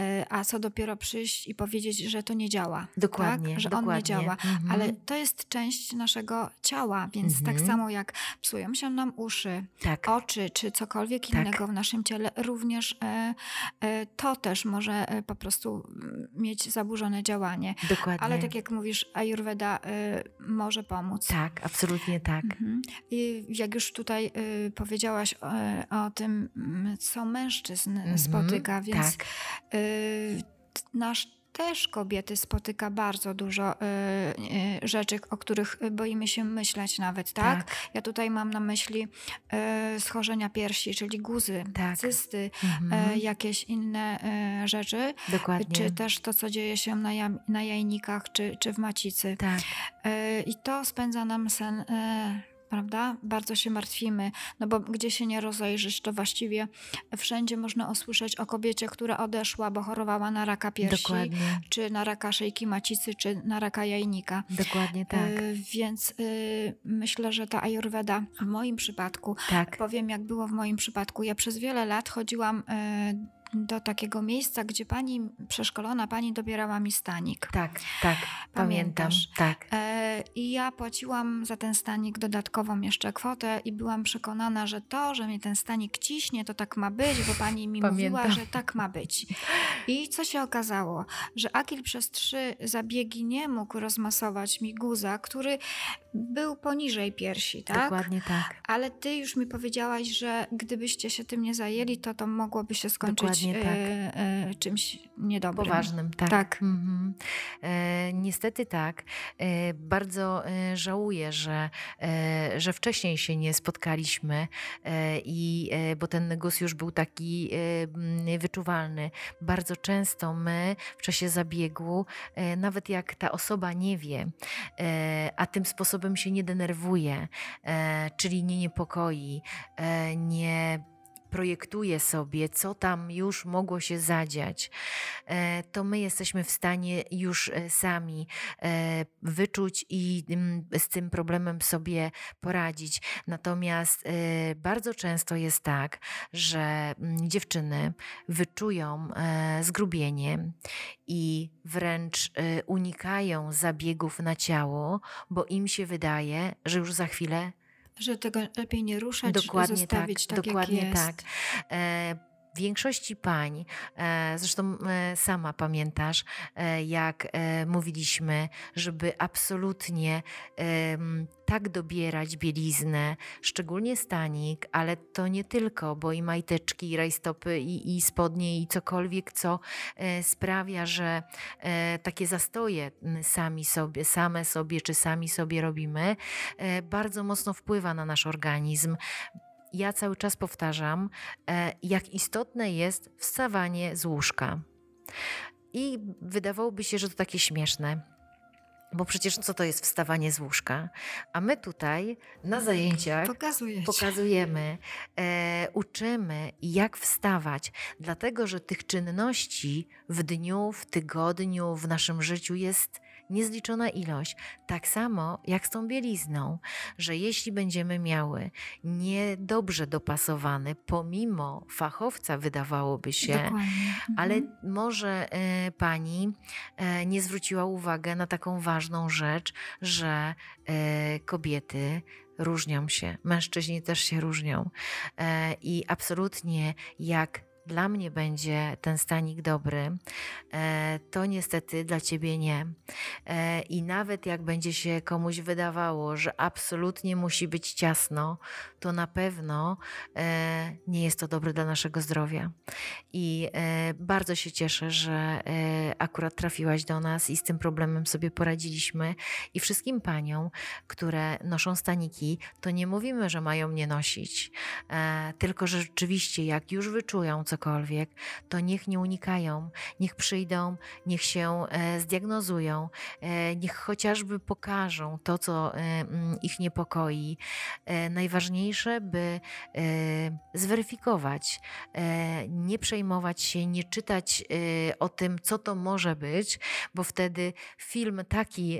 a co dopiero przyjść i powiedzieć, że to nie działa. Dokładnie, tak? Że dokładnie. on nie działa. Mhm. Ale to jest część naszego ciała, więc mhm. tak samo jak psują się nam uszy, tak. oczy, czy cokolwiek tak. innego w naszym ciele, również e, e, to też może e, po prostu mieć zaburzone działanie. Dokładnie. Ale tak jak mówisz, ajurweda Y, może pomóc. Tak, absolutnie tak. Mhm. I jak już tutaj y, powiedziałaś y, o tym, co mężczyzn mhm. spotyka, więc tak. y, nasz też kobiety spotyka bardzo dużo y, y, rzeczy, o których boimy się myśleć nawet, tak? tak. Ja tutaj mam na myśli y, schorzenia piersi, czyli guzy, tak. cysty, mhm. y, jakieś inne y, rzeczy. Dokładnie. Czy też to, co dzieje się na, ja, na jajnikach, czy, czy w macicy. Tak. Y, I to spędza nam sen... Y, prawda? Bardzo się martwimy, no bo gdzie się nie rozejrzysz, to właściwie wszędzie można usłyszeć o kobiecie, która odeszła, bo chorowała na raka piersi, Dokładnie. czy na raka szyjki macicy, czy na raka jajnika. Dokładnie tak. Y, więc y, myślę, że ta ajurweda w moim przypadku, tak. powiem jak było w moim przypadku, ja przez wiele lat chodziłam y, do takiego miejsca, gdzie pani, przeszkolona pani dobierała mi stanik. Tak, tak, pamiętam. Tak. E, I ja płaciłam za ten stanik dodatkową jeszcze kwotę i byłam przekonana, że to, że mnie ten stanik ciśnie, to tak ma być, bo pani mi pamiętam. mówiła, że tak ma być. I co się okazało? Że Akil przez trzy zabiegi nie mógł rozmasować mi guza, który był poniżej piersi, tak? Dokładnie tak. Ale ty już mi powiedziałaś, że gdybyście się tym nie zajęli, to to mogłoby się skończyć tak. e, e, czymś niedobrym. Poważnym, tak. tak. Mhm. E, niestety tak. E, bardzo e, żałuję, że, e, że wcześniej się nie spotkaliśmy, e, i, e, bo ten guz już był taki e, wyczuwalny. Bardzo często my w czasie zabiegu, e, nawet jak ta osoba nie wie, e, a tym sposobem się nie denerwuje, e, czyli nie niepokoi, e, nie projektuje sobie, co tam już mogło się zadziać, to my jesteśmy w stanie już sami wyczuć i z tym problemem sobie poradzić. Natomiast bardzo często jest tak, że dziewczyny wyczują zgrubienie i wręcz unikają zabiegów na ciało, bo im się wydaje, że już za chwilę że tego lepiej nie ruszać, dokładnie zostawić tak, tak, dokładnie jak jest. tak. E, w większości pań, e, zresztą e, sama pamiętasz, e, jak e, mówiliśmy, żeby absolutnie e, tak dobierać bieliznę, szczególnie stanik, ale to nie tylko, bo i majteczki, i rajstopy, i, i spodnie, i cokolwiek, co e, sprawia, że e, takie zastoje sami sobie, same sobie, czy sami sobie robimy, e, bardzo mocno wpływa na nasz organizm. Ja cały czas powtarzam, jak istotne jest wstawanie z łóżka. I wydawałoby się, że to takie śmieszne, bo przecież co to jest wstawanie z łóżka? A my tutaj na zajęciach pokazujemy, e, uczymy, jak wstawać, dlatego że tych czynności w dniu, w tygodniu, w naszym życiu jest niezliczona ilość. Tak samo jak z tą bielizną, że jeśli będziemy miały niedobrze dopasowany, pomimo fachowca wydawałoby się, mhm. ale może e, pani e, nie zwróciła uwagi na taką ważną rzecz, że e, kobiety różnią się, mężczyźni też się różnią e, i absolutnie jak dla mnie będzie ten stanik dobry, to niestety dla ciebie nie. I nawet jak będzie się komuś wydawało, że absolutnie musi być ciasno, to na pewno nie jest to dobre dla naszego zdrowia. I bardzo się cieszę, że akurat trafiłaś do nas i z tym problemem sobie poradziliśmy. I wszystkim paniom, które noszą staniki, to nie mówimy, że mają nie nosić, tylko że rzeczywiście jak już wyczują cokolwiek, to niech nie unikają, niech przyjdą, niech się zdiagnozują, niech chociażby pokażą to, co ich niepokoi. Najważniejsze, by zweryfikować, nie przejmować się, nie czytać o tym, co to może być, bo wtedy film taki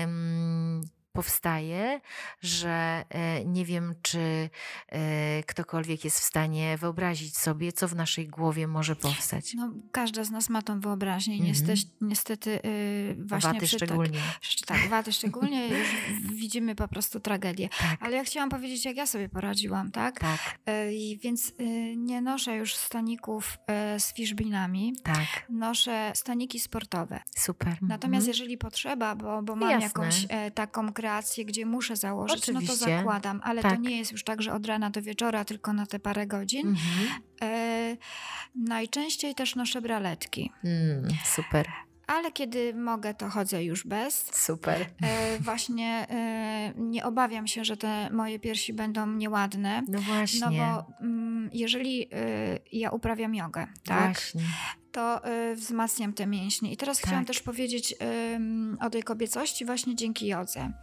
powstaje, że nie wiem, czy ktokolwiek jest w stanie wyobrazić sobie, co w naszej głowie może powstać. No, każda z nas ma tą wyobraźnię. Mm-hmm. Niestety, niestety yy, właśnie waty przy, szczególnie. Tak, tak, waty szczególnie już widzimy po prostu tragedię. Tak. Ale ja chciałam powiedzieć, jak ja sobie poradziłam, tak? Tak. Yy, więc yy, nie noszę już staników yy, z fiszbinami. Tak. Noszę staniki sportowe. Super. Natomiast mm-hmm. jeżeli potrzeba, bo, bo mam Jasne. jakąś yy, taką kreację, gdzie muszę założyć, Oczywiście. no to zakładam. Ale tak. to nie jest już tak, że od rana do wieczora, tylko na te parę godzin. Mm-hmm. Yy, najczęściej też noszę braletki. Mm, super. Ale kiedy mogę, to chodzę już bez. Super. E, właśnie e, nie obawiam się, że te moje piersi będą nieładne. No właśnie. No bo mm, jeżeli e, ja uprawiam jogę, tak? Właśnie. To e, wzmacniam te mięśnie. I teraz tak. chciałam też powiedzieć e, o tej kobiecości właśnie dzięki jodze. E,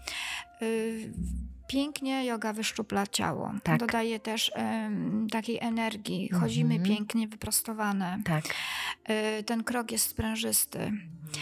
Pięknie joga wyszczupla ciało. Tak. Dodaje też um, takiej energii. Chodzimy mm-hmm. pięknie wyprostowane. Tak. Y, ten krok jest sprężysty. Y,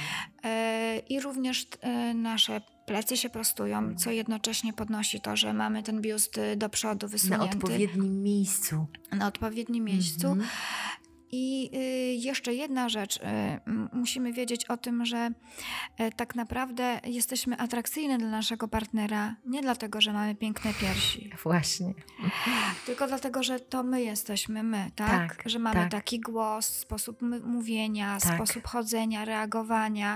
I również y, nasze plecy się prostują, co jednocześnie podnosi to, że mamy ten biust do przodu wysunięty. Na odpowiednim miejscu. Na odpowiednim miejscu. Mm-hmm. I y, jeszcze jedna rzecz. Y, m, musimy wiedzieć o tym, że y, tak naprawdę jesteśmy atrakcyjne dla naszego partnera nie dlatego, że mamy piękne piersi. Właśnie. Tylko dlatego, że to my jesteśmy my, tak? tak że mamy tak. taki głos, sposób mówienia, tak. sposób chodzenia, reagowania.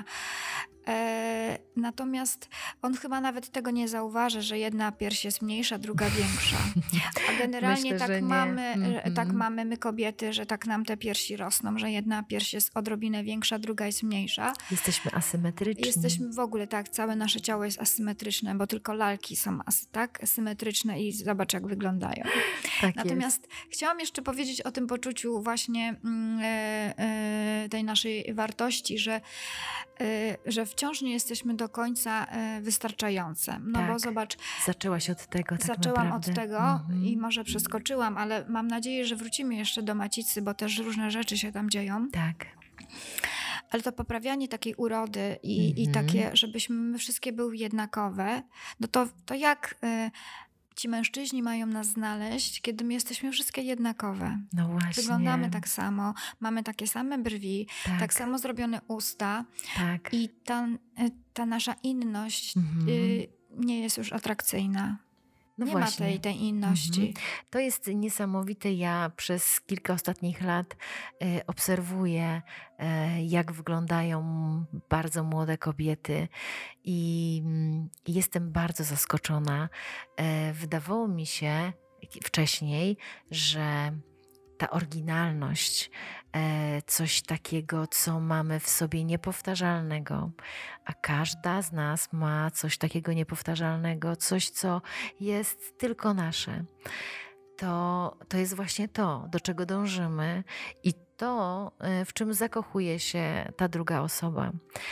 E, natomiast on chyba nawet tego nie zauważy, że jedna pierś jest mniejsza, druga większa. A generalnie Myślę, tak, mamy, mm-hmm. tak mamy my kobiety, że tak nam te piersi rosną, że jedna pierś jest odrobinę większa, druga jest mniejsza. Jesteśmy asymetryczni. Jesteśmy w ogóle, tak, całe nasze ciało jest asymetryczne, bo tylko lalki są as, tak, symetryczne i zobacz, jak wyglądają. Tak Natomiast jest. chciałam jeszcze powiedzieć o tym poczuciu właśnie mm, e, tej naszej wartości, że, e, że wciąż nie jesteśmy do końca e, wystarczające. No tak. bo zobacz. Zaczęłaś od tego, tak Zaczęłam naprawdę. od tego mm-hmm. i może przeskoczyłam, ale mam nadzieję, że wrócimy jeszcze do macicy, bo też różne rzeczy się tam dzieją. Tak. Ale to poprawianie takiej urody i, mm-hmm. i takie, żebyśmy my wszystkie były jednakowe, no to, to jak y, ci mężczyźni mają nas znaleźć, kiedy my jesteśmy wszystkie jednakowe? No właśnie. Wyglądamy tak samo, mamy takie same brwi, tak, tak samo zrobione usta tak. i ta, ta nasza inność mm-hmm. y, nie jest już atrakcyjna. No nie właśnie. ma tej, tej inności. Mhm. To jest niesamowite. Ja przez kilka ostatnich lat y, obserwuję, y, jak wyglądają bardzo młode kobiety i y, jestem bardzo zaskoczona. Y, wydawało mi się wcześniej, że ta oryginalność, coś takiego, co mamy w sobie niepowtarzalnego, a każda z nas ma coś takiego niepowtarzalnego, coś, co jest tylko nasze. To, to jest właśnie to, do czego dążymy i to, w czym zakochuje się ta druga osoba.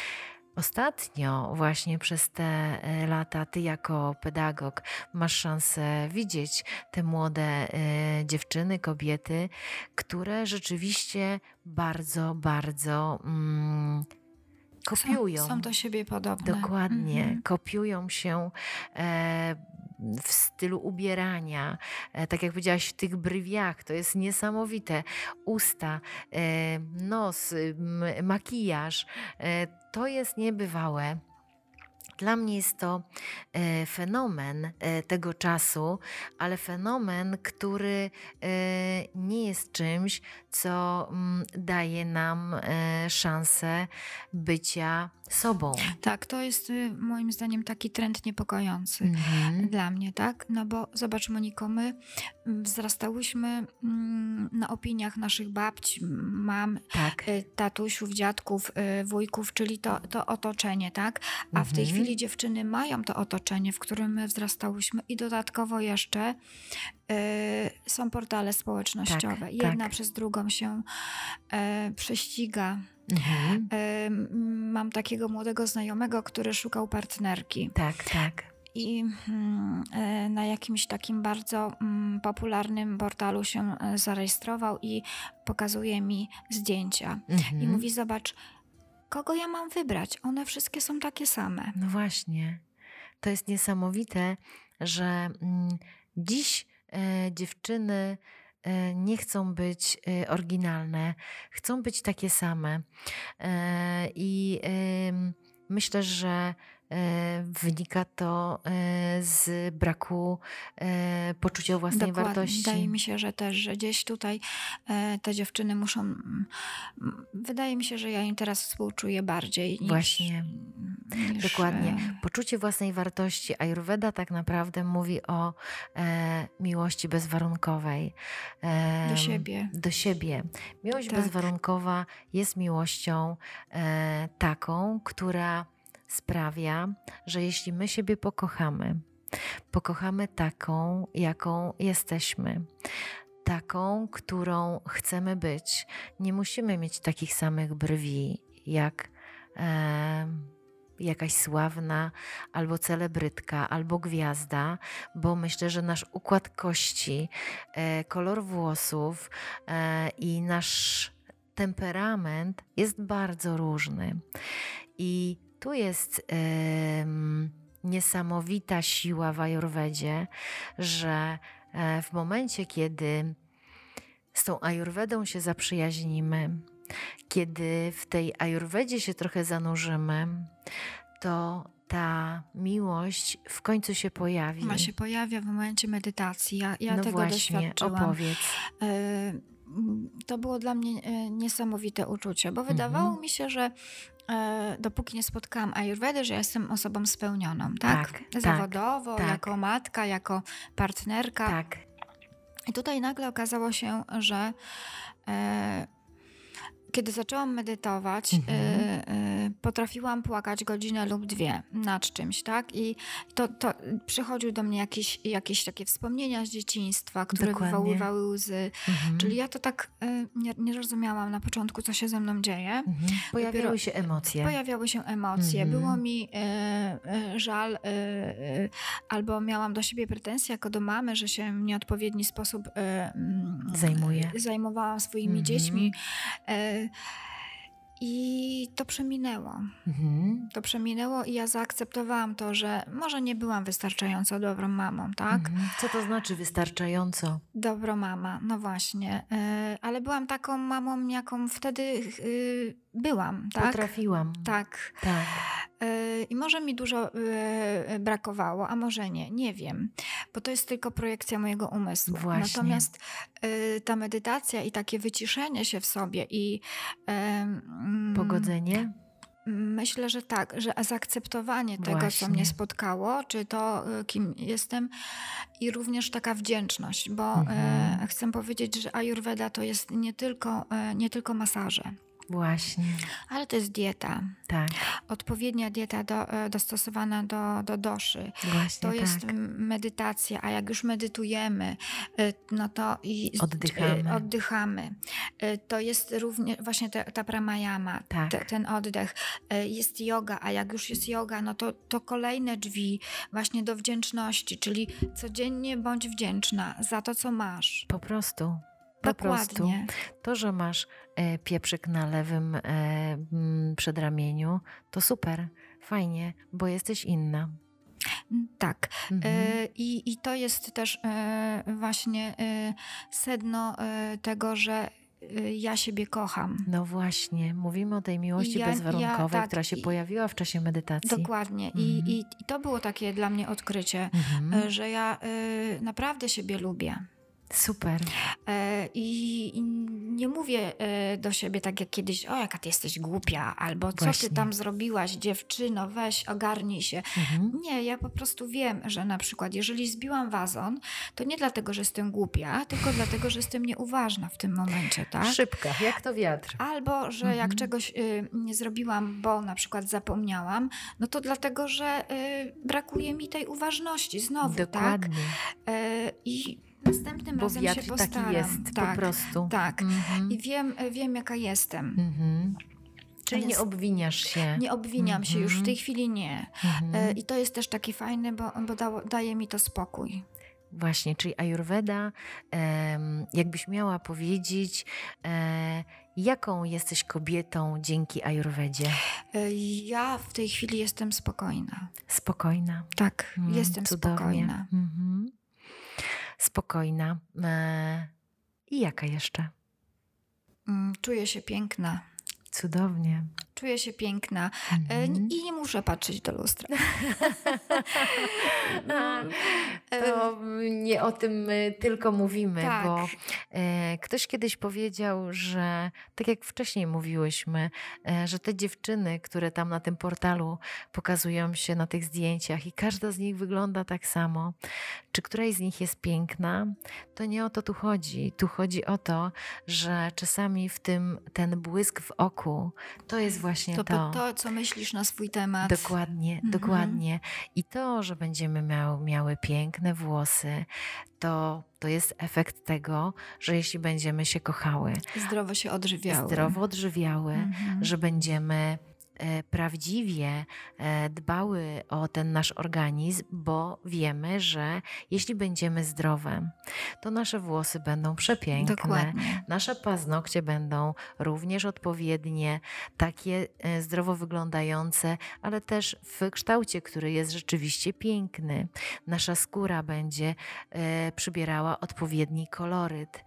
Ostatnio właśnie przez te lata ty jako pedagog masz szansę widzieć te młode y, dziewczyny, kobiety, które rzeczywiście bardzo, bardzo mm, kopiują. Są, są do siebie podobne. Dokładnie. Mhm. Kopiują się e, w stylu ubierania. E, tak jak powiedziałaś, w tych brwiach. To jest niesamowite. Usta, e, nos, m, makijaż. E, to jest niebywałe. Dla mnie jest to e, fenomen e, tego czasu, ale fenomen, który e, nie jest czymś, co mm, daje nam e, szansę bycia sobą. Tak, to jest y, moim zdaniem taki trend niepokojący Mhm. dla mnie, tak? No bo zobacz, Moniko, my mm, wzrastałyśmy mm, na opiniach naszych babć, m, mam, Tak. y, tatusiów, dziadków, y, wujków, czyli to, to otoczenie, tak? A w tej Mhm. chwili dziewczyny mają to otoczenie, w którym my wzrastałyśmy i dodatkowo jeszcze y, są portale społecznościowe. Tak, Jedna tak. przez drugą się e, prześciga. Mhm. Ym, Mam takiego młodego znajomego, który szukał partnerki Tak, tak. i mm, e, na jakimś takim bardzo mm, popularnym portalu się e, zarejestrował i pokazuje mi zdjęcia. Mhm. I mówi, zobacz, kogo ja mam wybrać? One wszystkie są takie same. No właśnie. To jest niesamowite, że mm, dziś e, dziewczyny e, nie chcą być e, oryginalne, chcą być takie same. E, I em, myślę, że e, wynika to e, z braku e, poczucia własnej Dokładnie. wartości. Wydaje mi się, że też, że gdzieś tutaj e, te dziewczyny muszą... mm, mm, Wydaje mi się, że ja im teraz współczuję bardziej niż... Właśnie. niż Dokładnie. e, Poczucie własnej wartości. Ayurveda tak naprawdę mówi o e, miłości bezwarunkowej. E, do siebie. Do siebie. Miłość Tak. bezwarunkowa jest miłością e, taką, która sprawia, że jeśli my siebie pokochamy, pokochamy taką, jaką jesteśmy, taką, którą chcemy być. Nie musimy mieć takich samych brwi jak e, jakaś sławna albo celebrytka, albo gwiazda, bo myślę, że nasz układ kości, e, kolor włosów e, i nasz temperament jest bardzo różny. I tu jest em, niesamowita siła w Ajurwedzie, że e, w momencie, kiedy z tą Ajurwedą się zaprzyjaźnimy, kiedy w tej Ajurwedzie się trochę zanurzymy, to ta miłość w końcu się pojawi. Ona się pojawia w momencie medytacji. Ja, ja no tego właśnie, doświadczyłam. opowiedz. E, To było dla mnie e, niesamowite uczucie, bo wydawało Mhm. mi się, że e, dopóki nie spotkałam Ajurwedy, że ja jestem osobą spełnioną, tak? Tak, tak, Zawodowo, tak. jako matka, jako partnerka. Tak. I tutaj nagle okazało się, że e, kiedy zaczęłam medytować, Mhm. e, e, potrafiłam płakać godzinę lub dwie nad czymś, tak? I to, to przychodziły do mnie jakieś, jakieś takie wspomnienia z dzieciństwa, które Dokładnie. wywoływały łzy. Mhm. Czyli ja to tak e, nie, nie rozumiałam na początku, co się ze mną dzieje. Mhm. Pojawiały Dopiero się emocje. Pojawiały się emocje, Mhm. było mi e, e, żal, e, e, albo miałam do siebie pretensje jako do mamy, że się w nieodpowiedni sposób e, mm, Zajmuje. zajmowałam swoimi Mhm. dziećmi. E, I to przeminęło. Mhm. To przeminęło i ja zaakceptowałam to, że może nie byłam wystarczająco dobrą mamą, tak? Mhm. Co to znaczy wystarczająco? Dobro mama, no właśnie. E, ale byłam taką mamą, jaką wtedy e, byłam, tak? Potrafiłam. Tak. Tak. E, I może mi dużo e, brakowało, a może nie, nie wiem, bo to jest tylko projekcja mojego umysłu. Właśnie. Natomiast e, ta medytacja i takie wyciszenie się w sobie i e, mm, Pogodzenie? myślę, że tak, że zaakceptowanie tego, Właśnie. co mnie spotkało, czy to, y, kim jestem, i również taka wdzięczność, bo Mhm. e, chcę powiedzieć, że Ayurveda to jest nie tylko, e, nie tylko masaże, Właśnie. ale to jest dieta. Tak. Odpowiednia dieta do, e, dostosowana do, do doszy. Właśnie To jest tak. m, medytacja, a jak już medytujemy, e, no to i Oddychamy. e, oddychamy. E, To jest również właśnie te, ta pranayama, Tak. te, ten oddech. E, Jest yoga, a jak już jest yoga, no to, to kolejne drzwi właśnie do wdzięczności, czyli codziennie bądź wdzięczna za to, co masz. Po prostu. Po prostu. Dokładnie. To, że masz e, pieprzyk na lewym e, m, przedramieniu, to super, fajnie, bo jesteś inna. Tak. Mhm. E, I, I to jest też e, właśnie e, sedno e, tego, że ja siebie kocham. No właśnie, mówimy o tej miłości ja, bezwarunkowej, ja, tak, która się i, pojawiła w czasie medytacji. Dokładnie. Mhm. I, i, I to było takie dla mnie odkrycie, mhm. że ja y, naprawdę siebie lubię. Super. I, I nie mówię do siebie tak jak kiedyś, o jaka ty jesteś głupia, albo co Właśnie. ty tam zrobiłaś, dziewczyno, weź, ogarnij się. Mhm. Nie, ja po prostu wiem, że na przykład jeżeli zbiłam wazon, to nie dlatego, że jestem głupia, tylko dlatego, że jestem nieuważna w tym momencie, tak? Szybka, jak to wiatr. Albo, że mhm. jak czegoś y, nie zrobiłam, bo na przykład zapomniałam, no to dlatego, że y, brakuje mi tej uważności znowu, Dokładnie. tak? Y, I następnym Bo razem wiatr się postaram. taki jest tak, po prostu. Tak. Mhm. I wiem, wiem, jaka jestem. Mhm. Czyli Więc nie obwiniasz się. Nie obwiniam mhm. się, już w tej chwili nie. Mhm. I to jest też taki fajny, bo, bo dało, daje mi to spokój. Właśnie, czyli Ajurweda, jakbyś miała powiedzieć, jaką jesteś kobietą dzięki Ajurwedzie? Ja w tej chwili jestem spokojna. Spokojna? Tak, mm, jestem cudownie. spokojna. Mhm. Spokojna. I jaka jeszcze? Czuję się piękna. Cudownie. Czuję się piękna mm-hmm. i nie muszę patrzeć do lustra. To nie o tym tylko mówimy, tak. bo e, ktoś kiedyś powiedział, że tak jak wcześniej mówiłyśmy, e, że te dziewczyny, które tam na tym portalu pokazują się na tych zdjęciach i każda z nich wygląda tak samo, czy któraś z nich jest piękna, to nie o to tu chodzi. Tu chodzi o to, że czasami w tym ten błysk w oku, to jest właśnie to. To, to co myślisz na swój temat. Dokładnie, mhm. dokładnie. I to, że będziemy miały, miały piękne włosy, to, to jest efekt tego, że jeśli będziemy się kochały. Zdrowo się odżywiały. Zdrowo odżywiały, mhm. że będziemy prawdziwie dbały o ten nasz organizm, bo wiemy, że jeśli będziemy zdrowe, to nasze włosy będą przepiękne, Dokładnie. nasze paznokcie będą również odpowiednie, takie zdrowo wyglądające, ale też w kształcie, który jest rzeczywiście piękny. Nasza skóra będzie przybierała odpowiedni koloryt.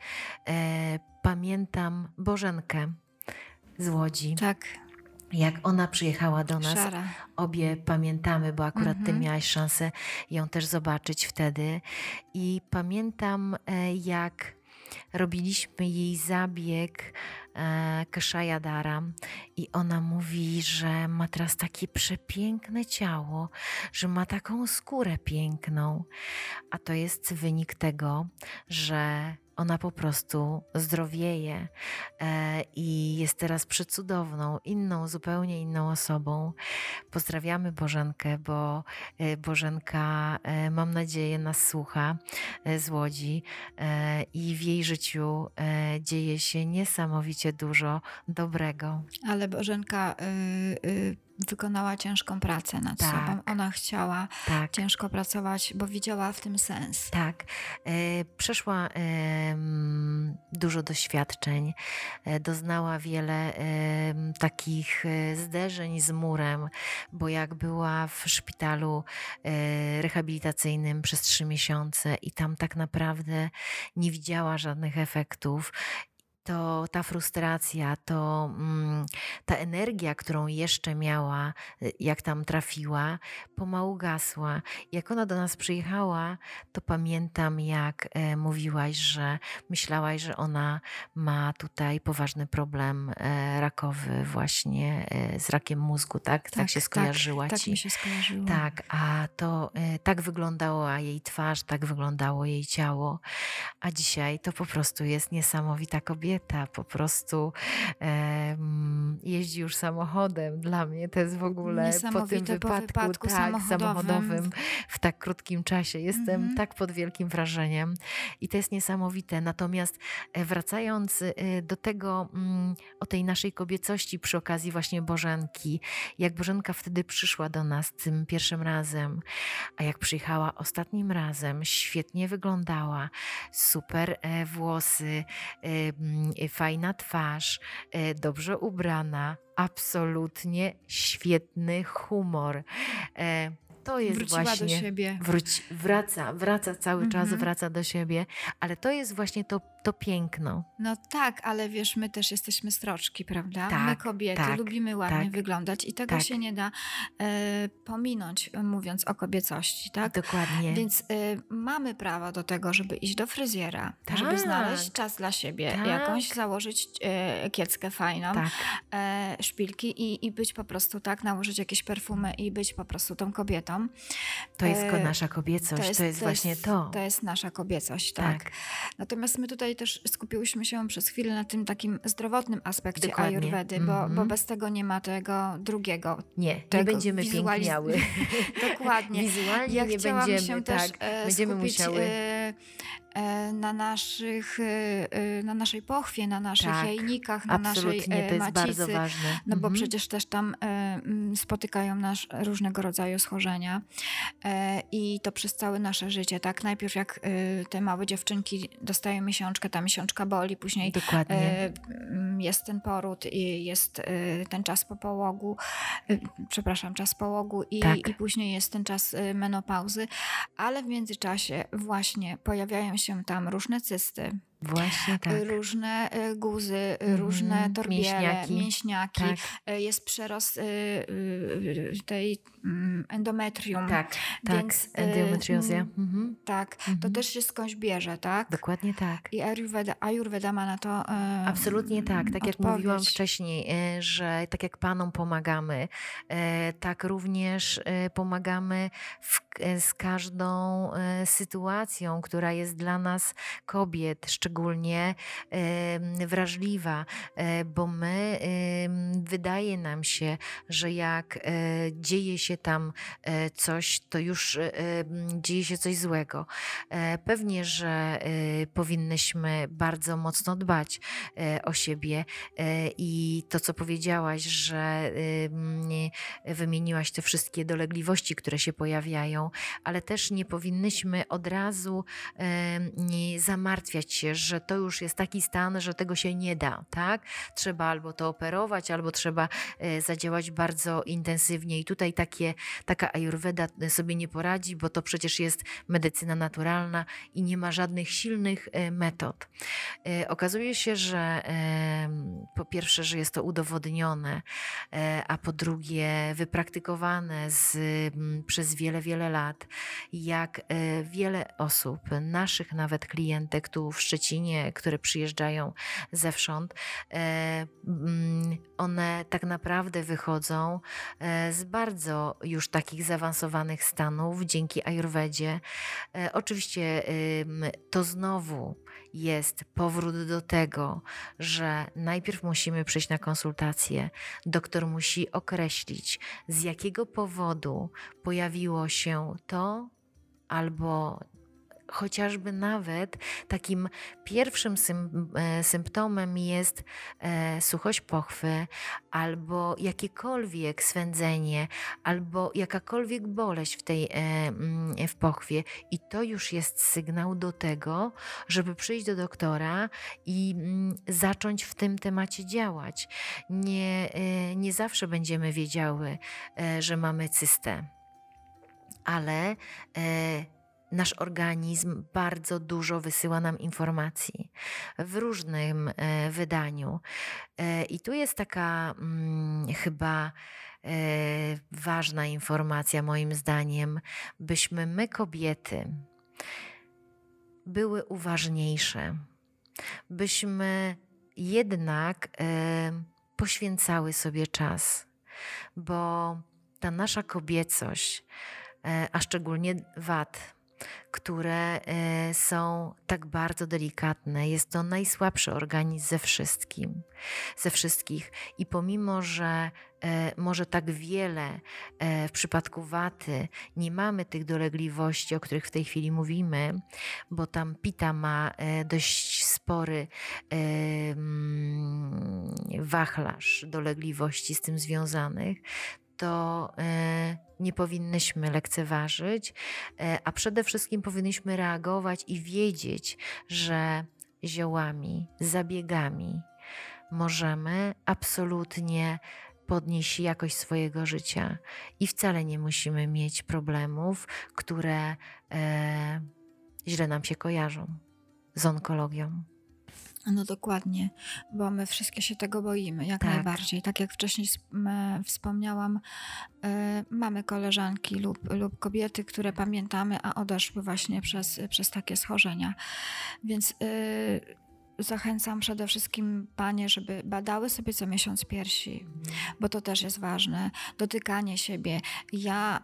Pamiętam Bożenkę z Łodzi. Tak. Jak ona przyjechała do nas, Szara. Obie pamiętamy, bo akurat mm-hmm. ty miałaś szansę ją też zobaczyć wtedy. I pamiętam, jak robiliśmy jej zabieg Kashaya Dara i ona mówi, że ma teraz takie przepiękne ciało, że ma taką skórę piękną, a to jest wynik tego, że ona po prostu zdrowieje e, i jest teraz przecudowną, inną, zupełnie inną osobą. Pozdrawiamy Bożenkę, bo e, Bożenka, e, mam nadzieję, nas słucha e, z Łodzi e, i w jej życiu e, dzieje się niesamowicie dużo dobrego. Ale Bożenka y, y, wykonała ciężką pracę nad tak. sobą. Ona chciała tak. ciężko pracować, bo widziała w tym sens. Tak. E, przeszła e, dużo doświadczeń, e, doznała wiele e, takich e, zderzeń z murem, bo jak była w szpitalu e, rehabilitacyjnym przez trzy miesiące i tam tak naprawdę nie widziała żadnych efektów, to ta frustracja, to mm, ta energia, którą jeszcze miała, jak tam trafiła, pomału gasła. Jak ona do nas przyjechała, to pamiętam, jak e, mówiłaś, że myślałaś, że ona ma tutaj poważny problem e, rakowy właśnie e, z rakiem mózgu, tak? Tak, tak się skojarzyła tak, ci. Tak mi się skojarzyło. Tak, a to e, tak wyglądała jej twarz, tak wyglądało jej ciało, a dzisiaj to po prostu jest niesamowita kobieta. Po prostu e, jeździ już samochodem. Dla mnie to jest w ogóle po tym wypadku, po wypadku tak, samochodowym. samochodowym w tak krótkim czasie. Jestem mm-hmm. tak pod wielkim wrażeniem i to jest niesamowite. Natomiast wracając do tego, o tej naszej kobiecości przy okazji właśnie Bożenki, jak Bożenka wtedy przyszła do nas tym pierwszym razem, a jak przyjechała ostatnim razem, świetnie wyglądała, super włosy, fajna twarz, dobrze ubrana, absolutnie świetny humor. To jest Wróciła właśnie, do siebie. Wróci, wraca, wraca cały mhm. czas, wraca do siebie, ale to jest właśnie to, to piękno. No tak, ale wiesz, my też jesteśmy stroczki, prawda? Tak, my kobiety tak, lubimy ładnie tak, wyglądać i tego tak. się nie da e, pominąć, mówiąc o kobiecości, tak? Dokładnie. Więc e, mamy prawo do tego, żeby iść do fryzjera, Tak, żeby znaleźć czas dla siebie, tak. jakąś założyć e, kieckę fajną, Tak. e, szpilki i, i być po prostu tak, nałożyć jakieś perfumy i być po prostu tą kobietą. To jest E, nasza kobiecość, to jest, to jest właśnie to. To jest nasza kobiecość, tak. Tak. Natomiast my tutaj też skupiłyśmy się przez chwilę na tym takim zdrowotnym aspekcie Dokładnie. ajurwedy, bo, Mhm. bo bez tego nie ma tego drugiego. Nie, nie tego będziemy wizualiz- piękniały. Dokładnie. Wizualnie Ja nie chciałam będziemy, się tak, też e, będziemy skupić musiały. e, e, na naszych, e, e, na naszej pochwie, na naszych Tak, jajnikach, na naszej absolutnie, e, to jest bardzo macicy. ważne. No bo Mhm. przecież też tam e, m, spotykają nas różnego rodzaju schorzenia e, i to przez całe nasze życie, tak? Najpierw jak e, te małe dziewczynki dostają miesiączkę, ta miesiączka boli, później Dokładnie. e, m, jest ten poród i jest e, ten czas po połogu, e, przepraszam, czas połogu i, Tak. i później jest ten czas e, menopauzy, ale w międzyczasie właśnie pojawiają się tam różne cysty, Właśnie tak. różne e, guzy, e, Mhm. różne torbiele, Mięśniaki. mięśniaki. Tak. E, Jest przerost e, e, tej mm, endometrium. Tak, tak, Więc, e, endometriozja. mm, Mhm. Tak, to Mhm. też się skądś bierze, tak? Dokładnie tak. I Ayurveda, Ayurveda ma na to e, Absolutnie tak. Tak jak odpowiedź. mówiłam wcześniej, e, że tak jak panom pomagamy, e, tak również e, pomagamy w, e, z każdą e, sytuacją, która jest dla nas kobiet szczególnie e, wrażliwa, e, bo my e, wydaje nam się, że jak e, dzieje się tam e, coś, to już e, dzieje się coś złego. E, pewnie, że e, powinnyśmy bardzo mocno dbać e, o siebie e, i to, co powiedziałaś, że e, m, wymieniłaś te wszystkie dolegliwości, które się pojawiają, ale też nie powinnyśmy od razu e, nie zamartwiać się, że to już jest taki stan, że tego się nie da, tak? Trzeba albo to operować, albo trzeba e, zadziałać bardzo intensywnie i tutaj takie, taka ajurweda sobie nie poradzi, bo to przecież jest medycyna naturalna i nie ma żadnych silnych e, metod. E, okazuje się, że e, po pierwsze, że jest to udowodnione, e, a po drugie wypraktykowane z, m, przez wiele, wiele lat, jak e, wiele osób, naszych nawet klientek tu w Szczecinie, które przyjeżdżają zewsząd, e, m, one tak naprawdę wychodzą e, z bardzo już takich zaawansowanych stanów dzięki ajurwedzie. E, oczywiście ym, to znowu jest powrót do tego, że najpierw musimy przyjść na konsultację. Doktor musi określić, z jakiego powodu pojawiło się to albo chociażby nawet takim pierwszym sym, e, symptomem jest e, suchość pochwy albo jakiekolwiek swędzenie, albo jakakolwiek boleść w tej e, mm, w pochwie i to już jest sygnał do tego, żeby przyjść do doktora i mm, zacząć w tym temacie działać. Nie, e, nie zawsze będziemy wiedziały, e, że mamy cystę, ale e, nasz organizm bardzo dużo wysyła nam informacji w różnym e, wydaniu. E, I tu jest taka mm, chyba e, ważna informacja moim zdaniem, byśmy my kobiety były uważniejsze, byśmy jednak e, poświęcały sobie czas, bo ta nasza kobiecość, e, a szczególnie wad, które e, są tak bardzo delikatne. Jest to najsłabszy organizm ze wszystkim, ze wszystkich. I pomimo, że e, może tak wiele e, w przypadku waty nie mamy tych dolegliwości, o których w tej chwili mówimy, bo tam pita ma e, dość spory e, mm, wachlarz dolegliwości z tym związanych, to e, nie powinnyśmy lekceważyć, e, a przede wszystkim powinniśmy reagować i wiedzieć, że ziołami, zabiegami możemy absolutnie podnieść jakość swojego życia i wcale nie musimy mieć problemów, które e, źle nam się kojarzą z onkologią. No dokładnie, bo my wszystkie się tego boimy, jak Tak. najbardziej. Tak jak wcześniej wspomniałam, y, mamy koleżanki lub, lub kobiety, które pamiętamy, a odeszły właśnie przez, przez takie schorzenia. Więc y, zachęcam przede wszystkim panie, żeby badały sobie co miesiąc piersi, bo to też jest ważne. Dotykanie siebie. Ja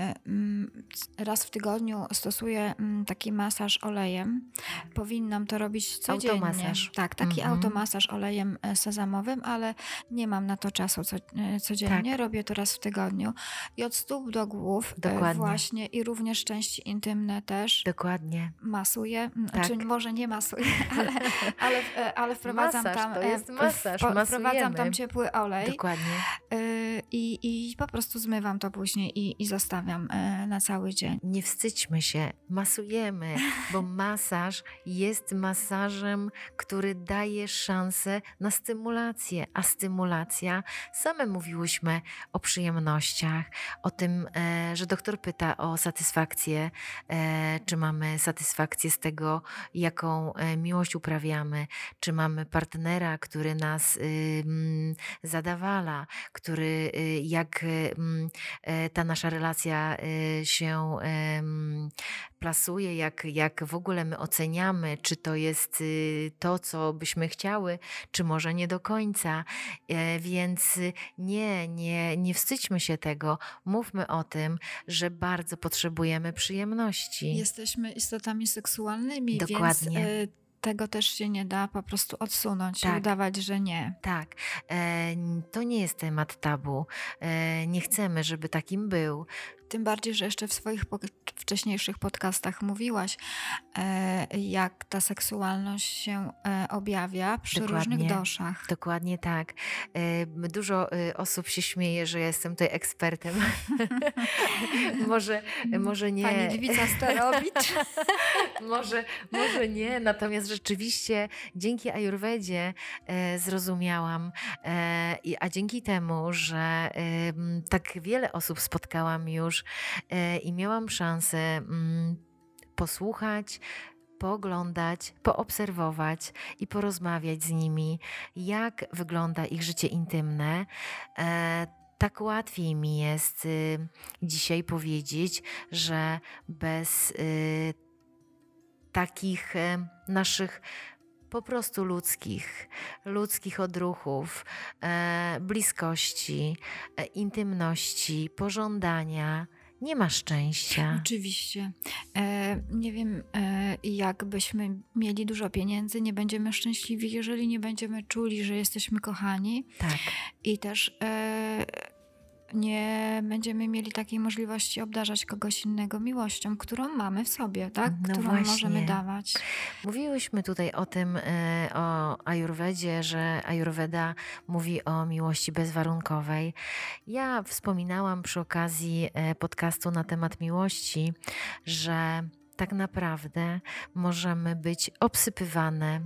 y, raz w tygodniu stosuję y, taki masaż olejem. Powinnam to robić codziennie. Automasaż. Tak, taki Mhm. automasaż olejem sezamowym, ale nie mam na to czasu co, codziennie. Tak. Robię to raz w tygodniu. I od stóp do głów Dokładnie. właśnie i również części intymne też. Dokładnie. Masuję. Tak. Znaczy może nie masuję, ale Ale, ale wprowadzam Masaż, tam, to jest masaż, w, wprowadzam tam masujemy. ciepły olej. Dokładnie. y, i, i po prostu zmywam to później i, i zostawiam y, na cały dzień. Nie wstydźmy się, masujemy, bo masaż jest masażem, który daje szansę na stymulację, a stymulacja, same mówiłyśmy o przyjemnościach, o tym, e, że doktor pyta o satysfakcję, e, czy mamy satysfakcję z tego, jaką e, miłość uprawiamy, czy mamy partnera, który nas y, mm, zadawala, który y, jak y, y, ta nasza relacja y, się y, plasuje, jak, jak w ogóle my oceniamy, czy to jest y, to, co byśmy chciały, czy może nie do końca. Y, więc nie, nie, nie wstydźmy się tego. Mówmy o tym, że bardzo potrzebujemy przyjemności. Jesteśmy istotami seksualnymi, Dokładnie. więc y, tego też się nie da po prostu odsunąć Tak. i udawać, że nie. Tak, e, to nie jest temat tabu. E, nie chcemy, żeby takim był. Tym bardziej, że jeszcze w swoich po- wcześniejszych podcastach mówiłaś, e, jak ta seksualność się e, objawia przy Dokładnie. różnych doszach. Dokładnie tak. E, dużo e, osób się śmieje, że ja jestem tutaj ekspertem. może, może nie. Pani Liwica Starowicz. może, może nie, natomiast rzeczywiście dzięki Ajurwedzie e, zrozumiałam, e, i- a dzięki temu, że e, m, tak wiele osób spotkałam już e, i miałam szansę mm, posłuchać, pooglądać, poobserwować i porozmawiać z nimi, jak wygląda ich życie intymne. E, tak łatwiej mi jest y, dzisiaj powiedzieć, że bez y, takich y, naszych po prostu ludzkich, ludzkich odruchów, e, bliskości, e, intymności, pożądania, nie ma szczęścia. Oczywiście. E, nie wiem, e, jakbyśmy mieli dużo pieniędzy, nie będziemy szczęśliwi, jeżeli nie będziemy czuli, że jesteśmy kochani. Tak. I też e, nie będziemy mieli takiej możliwości obdarzać kogoś innego miłością, którą mamy w sobie, tak? No Którą właśnie. możemy dawać. Mówiłyśmy tutaj o tym, e, o Ajurwedzie, że Ajurweda mówi o miłości bezwarunkowej. Ja wspominałam przy okazji e, podcastu na temat miłości, że tak naprawdę możemy być obsypywane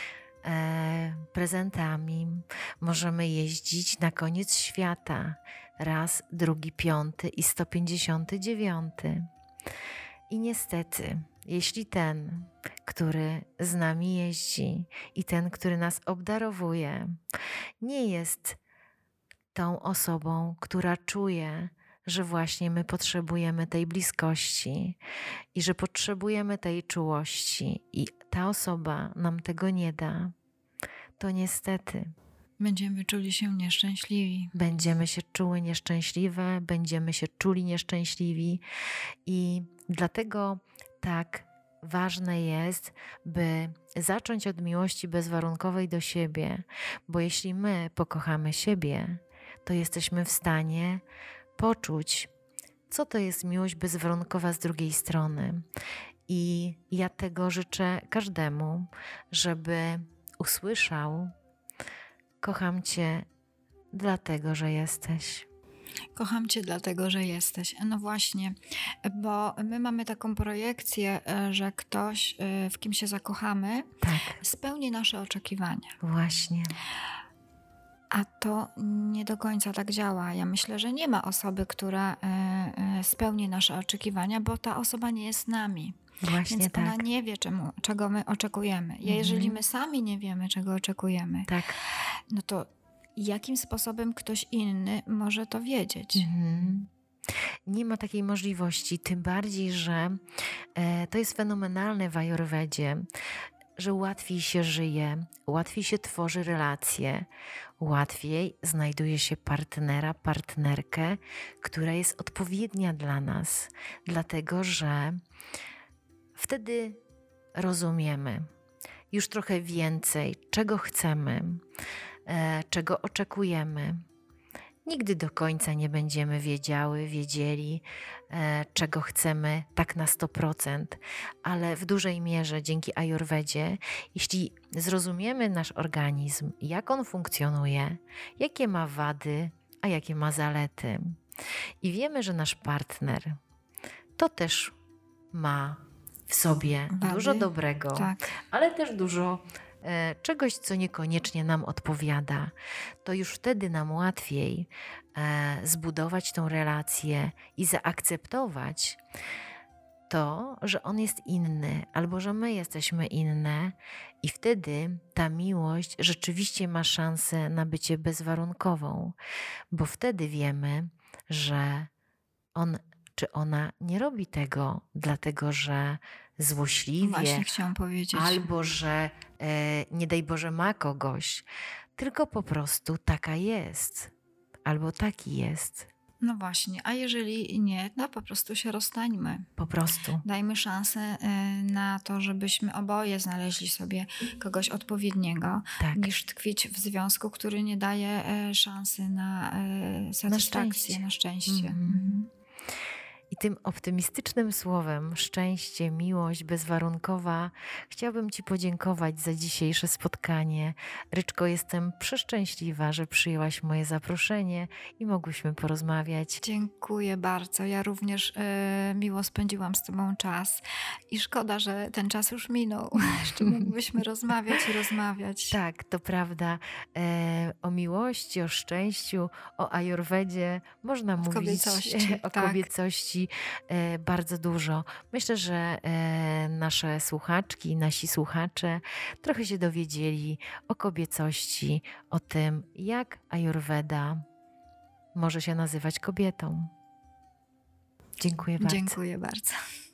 e, prezentami, możemy jeździć na koniec świata raz, drugi, piąty i sto pięćdziesiąty dziewiąty. I niestety, jeśli ten, który z nami jeździ i ten, który nas obdarowuje, nie jest tą osobą, która czuje, że właśnie my potrzebujemy tej bliskości i że potrzebujemy tej czułości i ta osoba nam tego nie da, to niestety Będziemy czuli się nieszczęśliwi. będziemy się czuły nieszczęśliwe, będziemy się czuli nieszczęśliwi i dlatego tak ważne jest, by zacząć od miłości bezwarunkowej do siebie, bo jeśli my pokochamy siebie, to jesteśmy w stanie poczuć, co to jest miłość bezwarunkowa z drugiej strony. I ja tego życzę każdemu, żeby usłyszał: kocham Cię dlatego, że jesteś. Kocham Cię dlatego, że jesteś. No właśnie, bo my mamy taką projekcję, że ktoś, w kim się zakochamy, Tak, spełni nasze oczekiwania. właśnie. A to nie do końca tak działa. Ja myślę, że nie ma osoby, która spełni nasze oczekiwania, bo ta osoba nie jest nami. Właśnie Więc tak. ona nie wie, czemu, czego my oczekujemy. Mhm. Jeżeli my sami nie wiemy, czego oczekujemy, tak. no to jakim sposobem ktoś inny może to wiedzieć? Mhm. Nie ma takiej możliwości, tym bardziej, że e, to jest fenomenalne w ajurwedzie, że łatwiej się żyje, łatwiej się tworzy relacje, łatwiej znajduje się partnera, partnerkę, która jest odpowiednia dla nas, dlatego że wtedy rozumiemy już trochę więcej, czego chcemy, e, czego oczekujemy. Nigdy do końca nie będziemy wiedziały, wiedzieli, e, czego chcemy tak na sto procent, ale w dużej mierze dzięki ajurwedzie, jeśli zrozumiemy nasz organizm, jak on funkcjonuje, jakie ma wady, a jakie ma zalety i wiemy, że nasz partner to też ma w sobie Wady. Dużo dobrego, Tak. ale też dużo e, czegoś, co niekoniecznie nam odpowiada, to już wtedy nam łatwiej e, zbudować tą relację i zaakceptować to, że on jest inny, albo że my jesteśmy inne i wtedy ta miłość rzeczywiście ma szansę na bycie bezwarunkową, bo wtedy wiemy, że on czy ona nie robi tego dlatego, że złośliwie, Właśnie chciałam powiedzieć. albo że e, nie daj Boże ma kogoś, tylko po prostu taka jest, albo taki jest. No właśnie, a jeżeli nie, no po prostu się rozstańmy. Po prostu. Dajmy szansę y, na to, żebyśmy oboje znaleźli sobie kogoś odpowiedniego, Tak. niż tkwić w związku, który nie daje y, szansy na y, satysfakcję, szczęście. na szczęście. Mhm. Mhm. I tym optymistycznym słowem szczęście, miłość bezwarunkowa chciałabym Ci podziękować za dzisiejsze spotkanie. Ryczko, jestem przeszczęśliwa, że przyjęłaś moje zaproszenie i mogłyśmy porozmawiać. Dziękuję bardzo. Ja również y, miło spędziłam z Tobą czas i szkoda, że ten czas już minął. Jeszcze mogłyśmy rozmawiać i rozmawiać. Tak, to prawda. E, o miłości, o szczęściu, o ajurwedzie można W mówić kobiecości, o tak. kobiecości e, bardzo dużo. Myślę, że e, nasze słuchaczki, nasi słuchacze trochę się dowiedzieli o kobiecości, o tym, jak ajurweda może się nazywać kobietą. Dziękuję bardzo. Dziękuję bardzo.